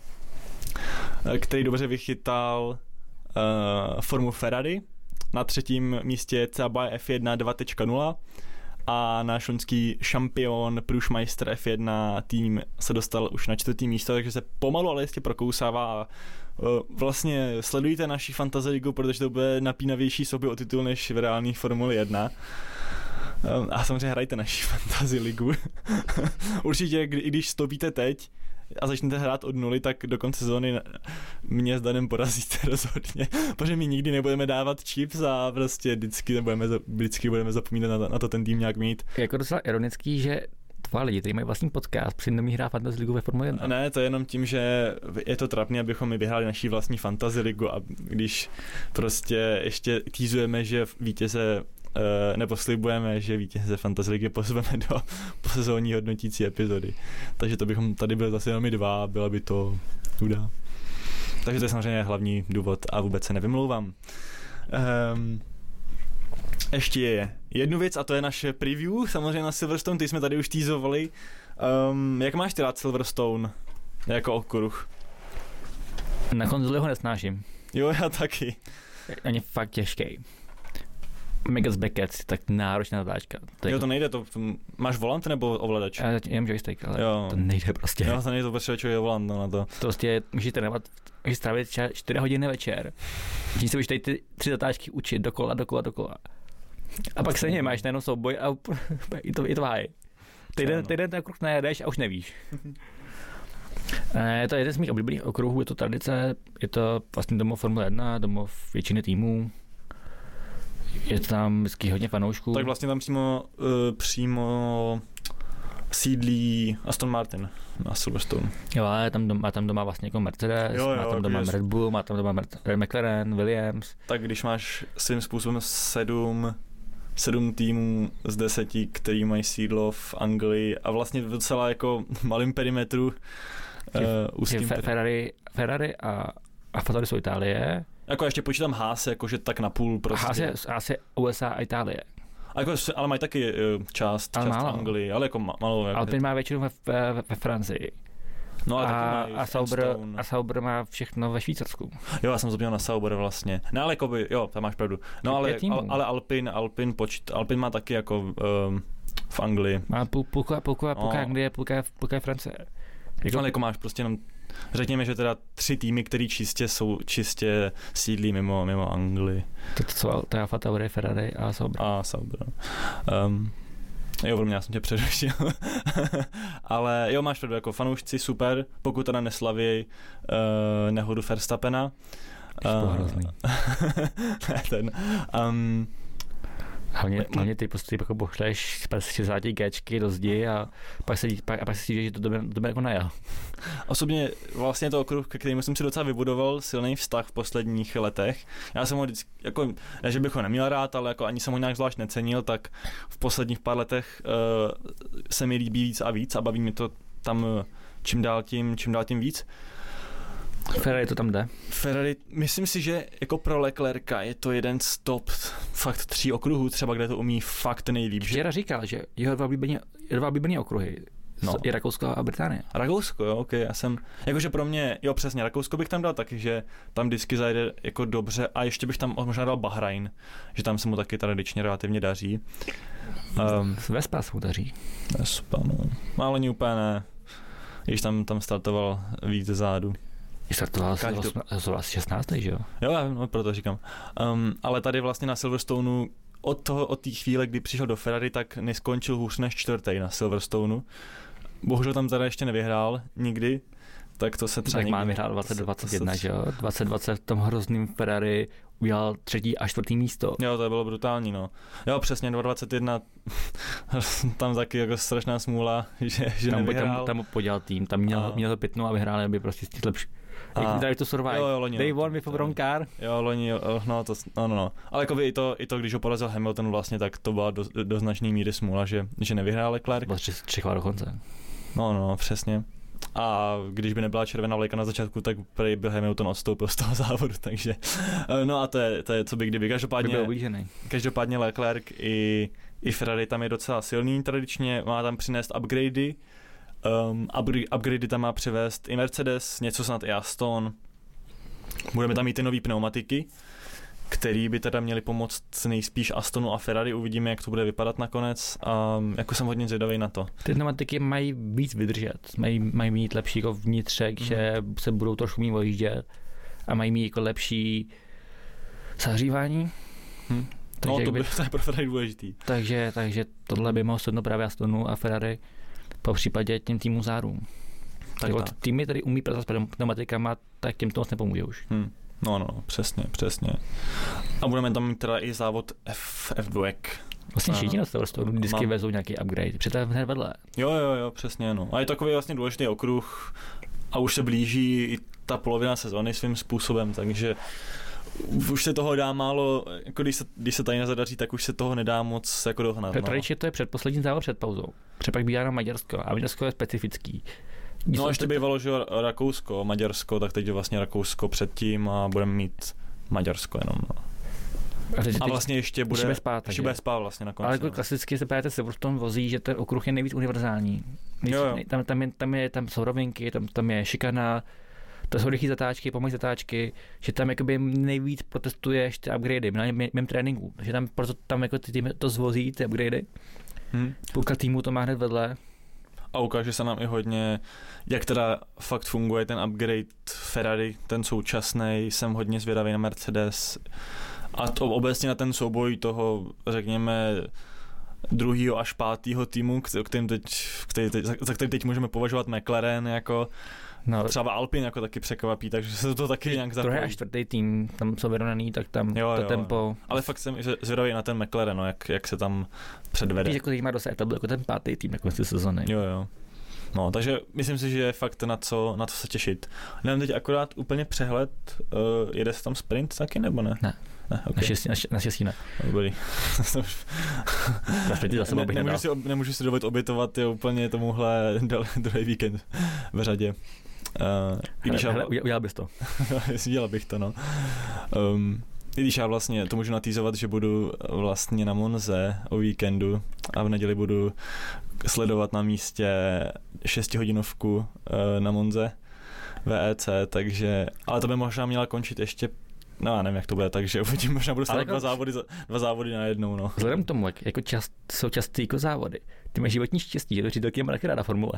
který dobře vychytal uh, formu Ferrari. Na třetím místě je C B F jedna dva tečka nula a náš loňský šampion Průšmeister F jedna tým se dostal už na čtvrtý místo, takže se pomalu, ale jistě prokousává a uh, vlastně sledujte naši Fantasy ligu, protože to bude napínavější souboj o titul než v reálných Formuli jedna. Um, a samozřejmě hrajte naši Fantasy ligu. Určitě, kdy, i když stoupíte teď a začnete hrát od nuly, tak do konce sezóny mě s Danem porazíte rozhodně, protože my nikdy nebudeme dávat chips a prostě vždycky, nebudeme, vždycky budeme zapomínat na to, na to ten tým nějak mít. Je jako docela ironický, že dva lidi, kteří mají vlastní podcast, při nemí hrát Fantasy ligu ve Formule jedna. Ne, to je jenom tím, že je to trapný, abychom my vyhráli naší vlastní Fantasy ligu a když prostě ještě týzujeme, že vítěze Uh, nebo slibujeme, že vítěze Fantasy ligy pozveme do posezónní hodnotící epizody. Takže to bychom tady byli zase jenom dva, byla by to nuda. Takže to je samozřejmě hlavní důvod a vůbec se nevymlouvám. Um, ještě je jednu věc a to je naše preview, samozřejmě na Silverstone, ty jsme tady už týzovali. Um, jak máš ty rád Silverstone jako okruh? Na konzoli ho nesnáším. Jo, já taky. Ani fakt těžký. Megas Beckett, tak náročná zatáčka. To jo, to nejde, to, to máš volant nebo ovladač? Já jen joystick, ale jo. To nejde prostě. Jo, to nejde, to potřebuje člověk volant no, na to. To prostě můžeš trénovat, můžeš strávit čtyři hodiny večer. Když se budeš tady ty tři zatáčky učit dokola, dokola, dokola. A pak se máš najednou souboj a je to, je to háj. Týden, týden ten okruh nejedeš a už nevíš. Je to jeden z mých oblíbených okruhů, je to tradice, je to vlastně domov Formule jedna, domov většiny týmů. Je tam vždycky hodně fanoušků. Tak vlastně tam přímo, uh, přímo sídlí Aston Martin na Silverstone. Jo, ale tam doma, má tam doma vlastně jako Mercedes, jo, jo, má tam doma jest. Red Bull, má tam doma Mer- McLaren, Williams. Tak když máš svým způsobem sedm, sedm týmů z deseti, který mají sídlo v Anglii a vlastně v docela jako malým perimetru uh, Fe- Ferrari, Ferrari a, a Ferrari jsou Itálie. Jako ještě počítám Haas, jakože tak na půl prostě. Haas je, Haas je U S A a Itálie. A jako, ale mají taky část, část Anglii, ale jako malou. Jako Alpine má většinu ve, ve, ve Francii. No a, a, a, Sauber, a Sauber má všechno ve Švýcarsku. Jo, já jsem zapomněl na Sauber vlastně. Ne, ale jakoby, jo, tam máš pravdu. No ale, al, ale Alpine, Alpine, počít, Alpine má taky jako um, v Anglii. Má půl, půlka, půlka, půlka no. Anglie, půlka, půlka Francie. Jako, ale jako máš prostě jenom, řekněme, že teda tři týmy, který čistě jsou, čistě sídlí mimo, mimo Anglii. To, to jsou to je Alfa Tauri, Ferrari a Sauber. A Sauber. Um, jo, pro mě, já jsem tě přerušil. Ale jo, máš pravdu, jako fanoušci super, pokud teda neslaví uh, nehodu Verstappena. Uh, ne, ten. Um, Hlavně, hlavně ty prostě jako pošleš šedesát Gčky do zdi a pak se, pak, a pak se stíží, že to do mě jako najel. Osobně vlastně to okruh, ke kterému jsem si docela vybudoval silný vztah v posledních letech. Já jsem ho vždycky, jako, ne, že bych ho neměl rád, ale jako ani jsem ho nějak zvlášť necenil, tak v posledních pár letech uh, se mi líbí víc a víc a baví mi to tam čím dál tím, čím dál tím víc. Ferrari to tam jde. Ferrari, myslím si, že jako pro Leclerca je to jeden z top fakt tří okruhů, třeba kde to umí fakt nejlíp. Včera říkal, že jeho dva oblíbené, dva oblíbené okruhy No. I Rakousko a Británie. Rakousko, jo, ok, já jsem, jakože pro mě, jo přesně, Rakousko bych tam dal taky, že tam vždycky zajde jako dobře a ještě bych tam možná dal Bahrajn, že tam se mu taky tradičně relativně daří. Um, Vespa se mu daří. Vespa, no, ale ní úplně ne, když tam, tam startoval víc zádu. Startoval asi asi šestnáctý, že jo? Jo, já vím, no, proto říkám. Um, ale tady vlastně na Silverstoneu od toho, od té chvíle, kdy přišel do Ferrari, tak neskončil hůř než čtvrtý na Silverstoneu. Bohužel tam teda ještě nevyhrál nikdy, tak to se třeba tak někdy... má vyhrál dvacet dvacet jedna, že jo? dvacet dvacet v tom hrozným Ferrari udělal třetí a čtvrtý místo. Jo, to bylo brutální, no. Jo, přesně, dvacet jedna, tam taky jako strašná smůla, že, že tam, nevyhrál. Tam, tam podělal tým, tam měl, a... měl pitnou a vyhrál, aby prostě lepší. Jak tady to survive. Jo, jo, loni, They no, won with a wrong car. Jo, loni, no, to, no, no, no. Ale jako i to, i to, když ho porazil Hamilton vlastně, tak to byla do, do značné míry smůla, že, že nevyhrál Leclerc. Bylo tři, tři chvála do konce. No, no, přesně. A když by nebyla červená vlajka na začátku, tak prý by Hamilton odstoupil z toho závodu, takže no a to je, to je co by kdyby. Každopádně, by každopádně Leclerc i, i Ferrari tam je docela silný tradičně, má tam přinést upgradey, um, upgradey tam má přivést i Mercedes, něco snad i Aston, budeme tam mít ty nový pneumatiky, který by teda měli pomoct nejspíš Astonu a Ferrari, uvidíme, jak to bude vypadat nakonec a jako jsem hodně zvědavý na to. Ty pneumatiky mají víc vydržet, mají, mají mít lepší jako vnitřek, mm. že se budou trošku méně ojíždět a mají mít jako lepší zahřívání. Hmm. No to, by, to je pro Ferrari důležitý. Takže, takže tohle by mohlo sednout právě Astonu a Ferrari po případě těm týmům záru. Tak tak. Týmy, který umí pracovat s pneumatikama, tak těm to moc nepomůže už. Hmm. No, no, přesně, přesně. A budeme tam mít teda i závod F, F2. Vlastně všichni na Silverstone vždycky vezou nějaký upgrade, přitom hned vedle. Jo, jo, jo, přesně, no. A je takový vlastně důležitý okruh a už se blíží i ta polovina sezóny svým způsobem, takže už se toho dá málo, jako když se, když se tady nezadaří, tak už se toho nedá moc jako dohnat. No. Tradičně to je předposlední závod před pauzou. Třeba pak bývá na Maďarsko a Maďarsko je specifický. No a ještě bývalo, že Rakousko, Maďarsko, tak teď je vlastně Rakousko předtím a budeme mít Maďarsko jenom. No. A, a vlastně ještě bude, ještě spát, ještě bude spát vlastně nakonec. Ale jako no. Klasicky se právě Silverstone vozí, že ten okruh je nejvíc univerzální. Nejvíc, jo, jo. Tam, tam, je, tam, je, tam jsou rovinky, tam, tam je šikana, to jsou rychlé zatáčky, pomalé zatáčky, že tam jakoby nejvíc protestuješ ty upgradey, mým tréninku, že tam proto tam jako ty týmy to zvozí, ty upgradey. Hmm. Půlka týmu to má hned vedle. A ukáže se nám i hodně, jak teda fakt funguje ten upgrade Ferrari, ten současný, jsem hodně zvědavý na Mercedes a to obecně na ten souboj toho, řekněme, druhýho až pátýho týmu, kterým teď, který teď, za který teď můžeme považovat McLaren jako no, třeba Alpine jako taky překvapí, takže se to taky nějak zapojí. Druhý a čtvrtý tým, tam jsou vyrovnaný, tak tam jo, to jo. tempo. Ale fakt jsem zvědavý na ten McLaren, no, jak, jak se tam předvede. Víš, jako teď má dosáhnout, to byl jako ten pátý tým na konci sezony. Jo, jo. No, takže myslím si, že je fakt na co, na co se těšit. Nevím teď akorát úplně přehled, uh, jede se tam sprint taky, nebo ne? Ne. Ne, okay. Naštěstí, naštěstí ne. Dobrý. ne, ne, nemůžu, si, nemůžu si dovolit obětovat je úplně tomuhle druhý víkend v řadě. Uh, hele, já, hele, udělal bys to. Udělal bych to, no. Um, I když já vlastně to můžu natýzovat, že budu vlastně na Monze o víkendu a v neděli budu sledovat na místě šestihodinovku uh, na Monze V E C, takže, ale to by možná měla končit ještě. No já nevím, jak to bude, takže uvidím, možná budu sledovat dva závody, dva závody na jednou, no. Vzhledem k tomu, jak jako čast, jsou častý jako závody, ty máš životní štěstí, že to přítelky má taky ráda formule.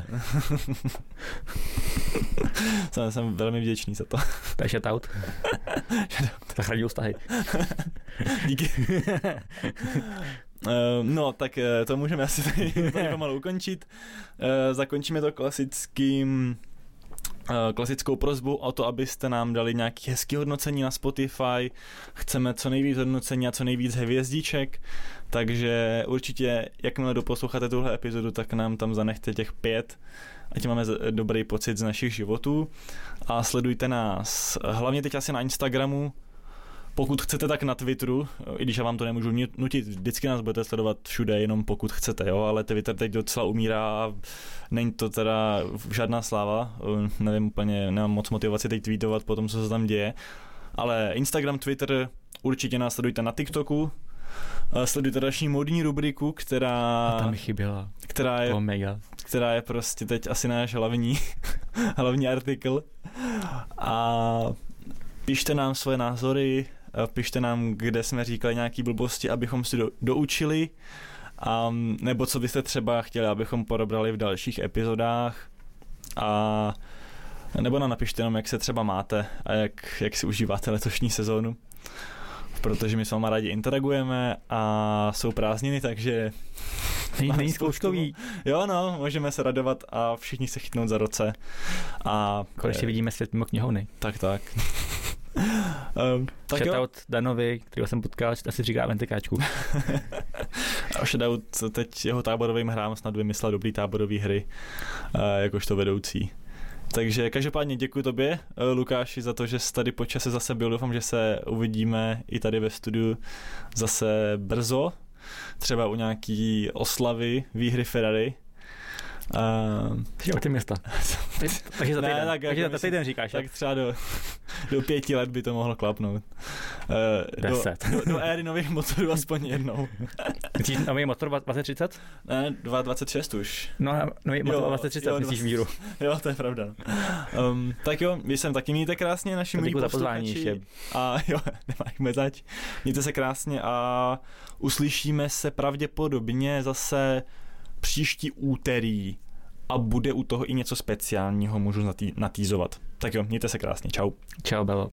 jsem, jsem velmi vděčný za to. To je shoutout. Zachránil vztahy. Díky. Uh, no, tak uh, to můžeme asi tady, tady pomalu ukončit. Uh, zakončíme to klasickým klasickou prosbu o to, abyste nám dali nějaké hezké hodnocení na Spotify. Chceme co nejvíc hodnocení a co nejvíc hvězdíček, takže určitě, jakmile doposloucháte tuhle epizodu, tak nám tam zanechte těch pět, ať máme dobrý pocit z našich životů a sledujte nás hlavně teď asi na Instagramu. Pokud chcete, tak na Twitteru, i když já vám to nemůžu nutit, vždycky nás budete sledovat všude, jenom pokud chcete, jo, ale Twitter teď docela umírá a není to teda žádná sláva, nevím úplně, nemám moc motivaci teď tweetovat po tom, co se tam děje, ale Instagram, Twitter, určitě nás sledujte na TikToku, sledujte další modní rubriku, která... A tam mi chyběla. která je, oh mega. která je prostě teď asi náš hlavní, hlavní artikl. A pište nám svoje názory, pište nám, kde jsme říkali nějaký blbosti, abychom si do, doučili, um, nebo co byste třeba chtěli, abychom porobrali v dalších epizodách. A nebo nám napište jenom, jak se třeba máte a jak, jak si užíváte letošní sezónu. Protože my s váma rádi interagujeme a jsou prázdniny, takže... Není zkouškový. Jo, no, můžeme se radovat a všichni se chytnout za roce. A konečně vidíme svět mimo knihovny. Tak, tak. um, tak Shoutout Danovi, kterého jsem potkal, asi říká Ventekáčku. Shoutout teď jeho táborovým hrám snad vymyslel dobrý táborový hry, uh, jakožto vedoucí. Takže každopádně děkuji tobě, Lukáši, za to, že jsi tady po čase zase byl. Doufám, že se uvidíme i tady ve studiu zase brzo. Třeba u nějaký oslavy výhry Ferrari. Uh, Jsi optimista. Takže za týden, ne, tak, takže jako za týden říkáš. Tak třeba do, do pěti let by to mohlo klapnout. Uh, Deset. Do, do, do éry nových motorů aspoň jednou. Myslíš nový motor dvacet třicet? Ne, dvacet šest už. No, nový motor dvacet třicet, jo, myslíš víru. Jo, to je pravda. Um, tak jo, vy jsem taky mějte krásně, naši milí posluchači. A jo, nemáme zač. Mějte se krásně a uslyšíme se pravděpodobně zase příští úterý a bude u toho i něco speciálního, můžu natý- natýzovat. Tak jo, mějte se krásně, čau. Čau, Belo.